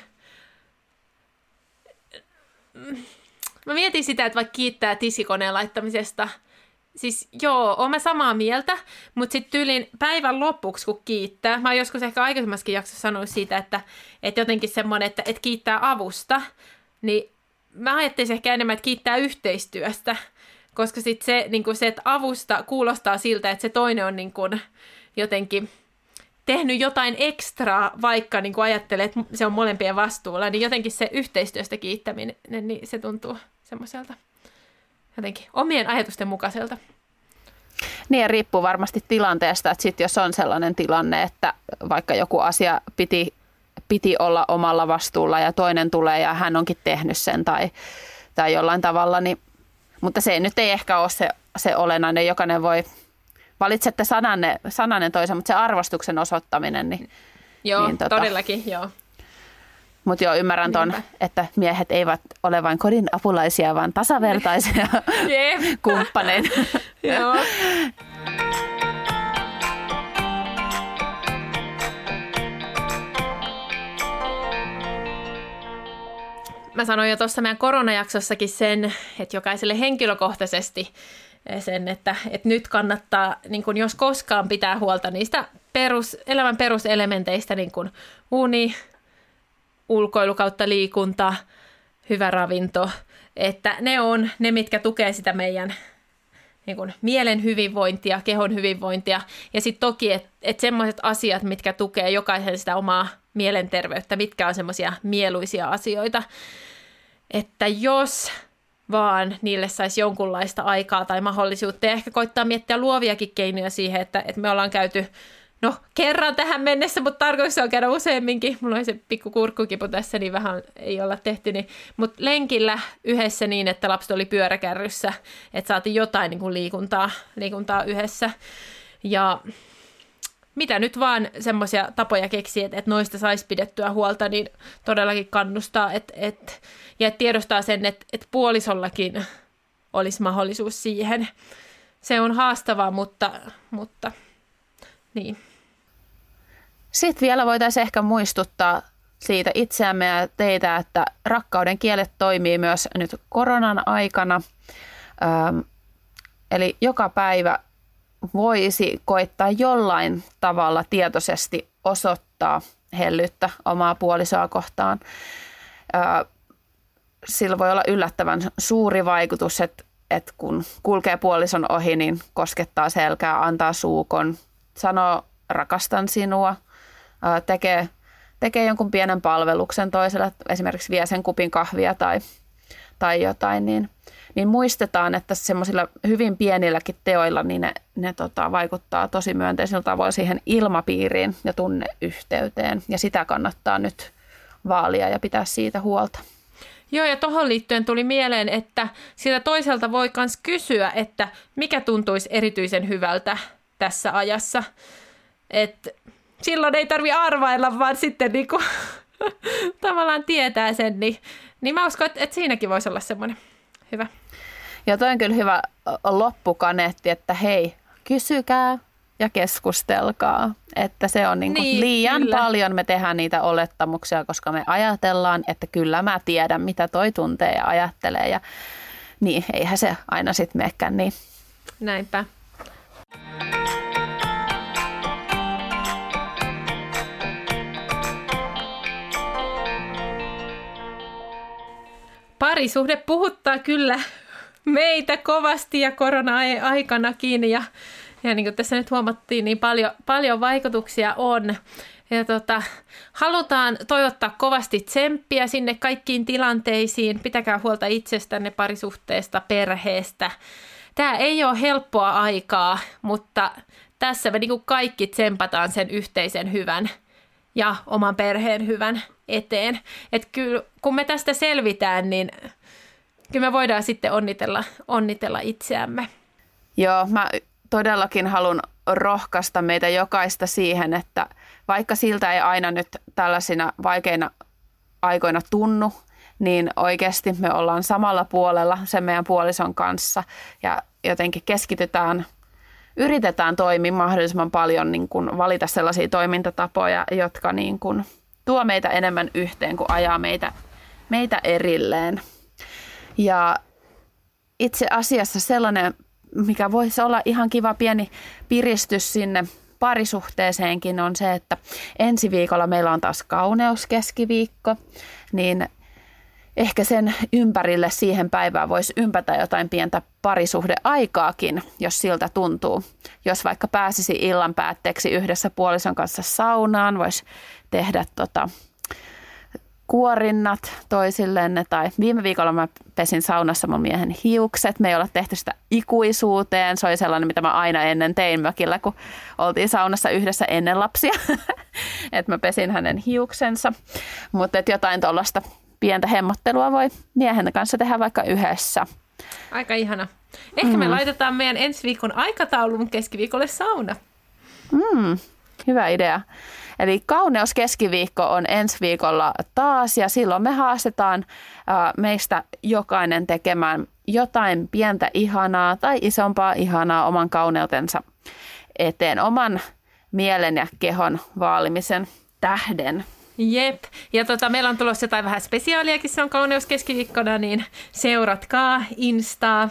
mä mietin sitä, että vaikka kiittää tiskikoneen laittamisesta. Siis joo, oon mä samaa mieltä, mutta sitten tyylin päivän lopuksi, kun kiittää. Mä oon joskus ehkä aikaisemmassakin jaksossa sanonut siitä, että jotenkin semmoinen, että kiittää avusta. Niin mä ajattelisin ehkä enemmän, että kiittää yhteistyöstä. Koska sitten se, niin se, että avusta kuulostaa siltä, että se toinen on niin kuin jotenkin tehnyt jotain ekstraa, vaikka niin kuin ajattelee, että se on molempien vastuulla. Niin jotenkin se yhteistyöstä kiittäminen, niin se tuntuu semmoiselta jotenkin omien ajatusten mukaiselta. Niin, riippuu varmasti tilanteesta, että sitten jos on sellainen tilanne, että vaikka joku asia piti olla omalla vastuulla ja toinen tulee ja hän onkin tehnyt sen tai jollain tavalla, niin, mutta se nyt ei ehkä ole se olennainen, jokainen voi, valitsette sananen toisen, mutta se arvostuksen osoittaminen. Niin, joo, niin, todellakin, joo. Mutta joo, ymmärrän ton, että miehet eivät ole vain kodin apulaisia, vaan tasavertaisia kumppaneita. Joo. Mä sanoin jo tuossa meidän koronajaksossakin sen, että jokaiselle henkilökohtaisesti sen, että nyt kannattaa, niin kun jos koskaan pitää huolta niistä elämän peruselementeistä, niin kuin uni, ulkoilu kautta liikunta, hyvä ravinto, että ne on ne, mitkä tukee sitä meidän niin kuin mielen hyvinvointia, kehon hyvinvointia. Ja sitten toki, että semmoiset asiat, mitkä tukee jokaisen sitä omaa mielenterveyttä, mitkä on semmoisia mieluisia asioita, että jos vaan niille saisi jonkunlaista aikaa tai mahdollisuutta ja ehkä koittaa miettiä luoviakin keinoja siihen, että me ollaan käyty kerran tähän mennessä, mutta tarkoitus on käydä useamminkin. Mulla on se pikku kurkkukipu tässä, niin vähän ei olla tehty. Mutta lenkillä yhdessä niin, että lapset oli pyöräkärryssä, että saatiin jotain niin kuin liikuntaa yhdessä. Ja mitä nyt vaan semmoisia tapoja keksiä, että noista saisi pidettyä huolta, niin todellakin kannustaa. Ja tiedostaa sen, että puolisollakin olisi mahdollisuus siihen. Se on haastavaa, mutta niin. Sitten vielä voitaisiin ehkä muistuttaa siitä itseämme ja teitä, että rakkauden kielet toimii myös nyt koronan aikana. Eli joka päivä voisi koittaa jollain tavalla tietoisesti osoittaa hellyyttä omaa puolisoa kohtaan. Sillä voi olla yllättävän suuri vaikutus, että kun kulkee puolison ohi, niin koskettaa selkää, antaa suukon, sanoo rakastan sinua, tekee jonkun pienen palveluksen toiselle, esimerkiksi vie sen kupin kahvia tai jotain, niin muistetaan, että semmoisilla hyvin pienilläkin teoilla niin ne vaikuttaa tosi myönteisellä tavoin siihen ilmapiiriin ja tunneyhteyteen. Ja sitä kannattaa nyt vaalia ja pitää siitä huolta. Joo, ja tuohon liittyen tuli mieleen, että siltä toiselta voi myös kysyä, että mikä tuntuisi erityisen hyvältä tässä ajassa. Että silloin ei tarvitse arvailla, vaan sitten niinku, tavallaan tietää sen. Niin mä uskon, että siinäkin voisi olla semmoinen hyvä. Ja toi on kyllä hyvä loppukaneetti, että hei, kysykää ja keskustelkaa. Että se on liian kyllä. Paljon me tehdään niitä olettamuksia, koska me ajatellaan, että kyllä mä tiedän, mitä toi tuntee ja ajattelee. Ja niin, eihän se aina sitten menekään niin. Näinpä. Parisuhde puhuttaa kyllä meitä kovasti ja korona-aikanakin ja niin kuin tässä nyt huomattiin, niin paljon vaikutuksia on. Ja halutaan toivottaa kovasti tsemppiä sinne kaikkiin tilanteisiin. Pitäkää huolta itsestänne, parisuhteesta, perheestä. Tämä ei ole helppoa aikaa, mutta tässä me niin kuin kaikki tsempataan sen yhteisen hyvän ja oman perheen hyvän eteen. Että kyllä, kun me tästä selvitään, niin kyllä me voidaan sitten onnitella itseämme. Joo, mä todellakin haluan rohkaista meitä jokaista siihen, että vaikka siltä ei aina nyt tällaisina vaikeina aikoina tunnu, niin oikeasti me ollaan samalla puolella sen meidän puolison kanssa ja jotenkin yritetään toimia mahdollisimman paljon, niin kuin valita sellaisia toimintatapoja, jotka niin kuin tuo meitä enemmän yhteen kuin ajaa meitä erilleen. Ja itse asiassa sellainen, mikä voisi olla ihan kiva pieni piristys sinne parisuhteeseenkin, on se, että ensi viikolla meillä on taas kauneuskeskiviikko, niin ehkä sen ympärille siihen päivään voisi ympätä jotain pientä parisuhdeaikaakin, jos siltä tuntuu. Jos vaikka pääsisi illan päätteeksi yhdessä puolison kanssa saunaan, voisi tehdä kuorinnat toisillenne. Tai viime viikolla mä pesin saunassa mun miehen hiukset. Me ei olla tehty sitä ikuisuuteen. Se oli sellainen, mitä mä aina ennen tein mökillä, kun oltiin saunassa yhdessä ennen lapsia. Että mä pesin hänen hiuksensa. Mutta jotain tuollaista pientä hemmottelua voi miehen kanssa tehdä vaikka yhdessä. Aika ihana. Ehkä me laitetaan meidän ensi viikon aikataulun keskiviikolle sauna. Hyvä idea. Eli kauneuskeskiviikko on ensi viikolla taas ja silloin me haastetaan meistä jokainen tekemään jotain pientä ihanaa tai isompaa ihanaa oman kauneutensa eteen, oman mielen ja kehon vaalimisen tähden. Jep. Ja meillä on tulossa jotain vähän spesiaaliakin, se on kauneuskeskiviikkona, niin seuratkaa Instaa.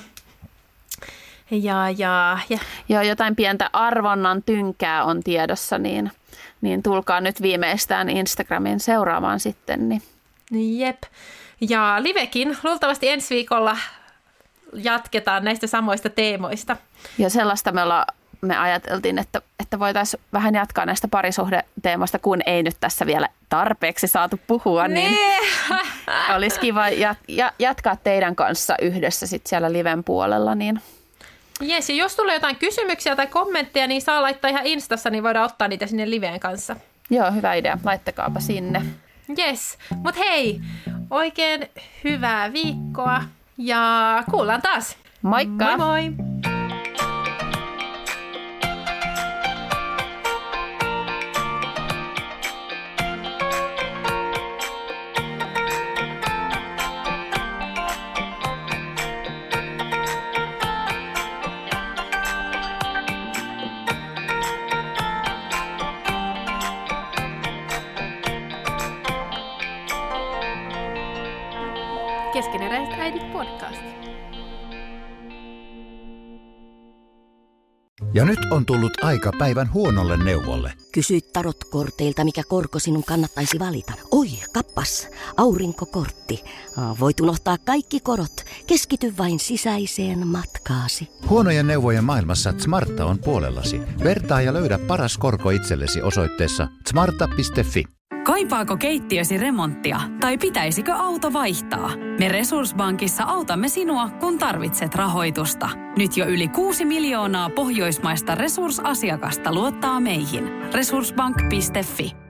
Ja jotain pientä arvonnan tynkää on tiedossa, niin tulkaa nyt viimeistään Instagramin seuraamaan sitten. Niin. Jep. Ja livekin luultavasti ensi viikolla jatketaan näistä samoista teemoista. Ja sellaista me ajateltiin, että voitaisiin vähän jatkaa näistä parisuhdeteemoista, kun ei nyt tässä vielä tarpeeksi saatu puhua, niin olisi kiva jatkaa teidän kanssa yhdessä sit siellä liven puolella. Niin. Jes, ja jos tulee jotain kysymyksiä tai kommentteja, niin saa laittaa ihan Instassa, niin voidaan ottaa niitä sinne liveen kanssa. Joo, hyvä idea. Laittakaapa sinne. Jes, mutta hei, oikein hyvää viikkoa ja kuullaan taas. Moikka! Moi moi! Keskeneräiset äidit podcast. Ja nyt on tullut aika päivän huonolle neuvolle. Kysy tarotkorteilta, mikä korko sinun kannattaisi valita. Oi, kappas, aurinkokortti. Voit unohtaa kaikki korot. Keskity vain sisäiseen matkaasi. Huonojen neuvojen maailmassa Smarta on puolellasi. Vertaa ja löydä paras korko itsellesi osoitteessa smarta.fi. Kaipaako keittiösi remonttia tai pitäisikö auto vaihtaa? Me Resurssbankissa autamme sinua, kun tarvitset rahoitusta. Nyt jo yli 6 miljoonaa pohjoismaista resursasiakasta luottaa meihin. Resurssbank.fi.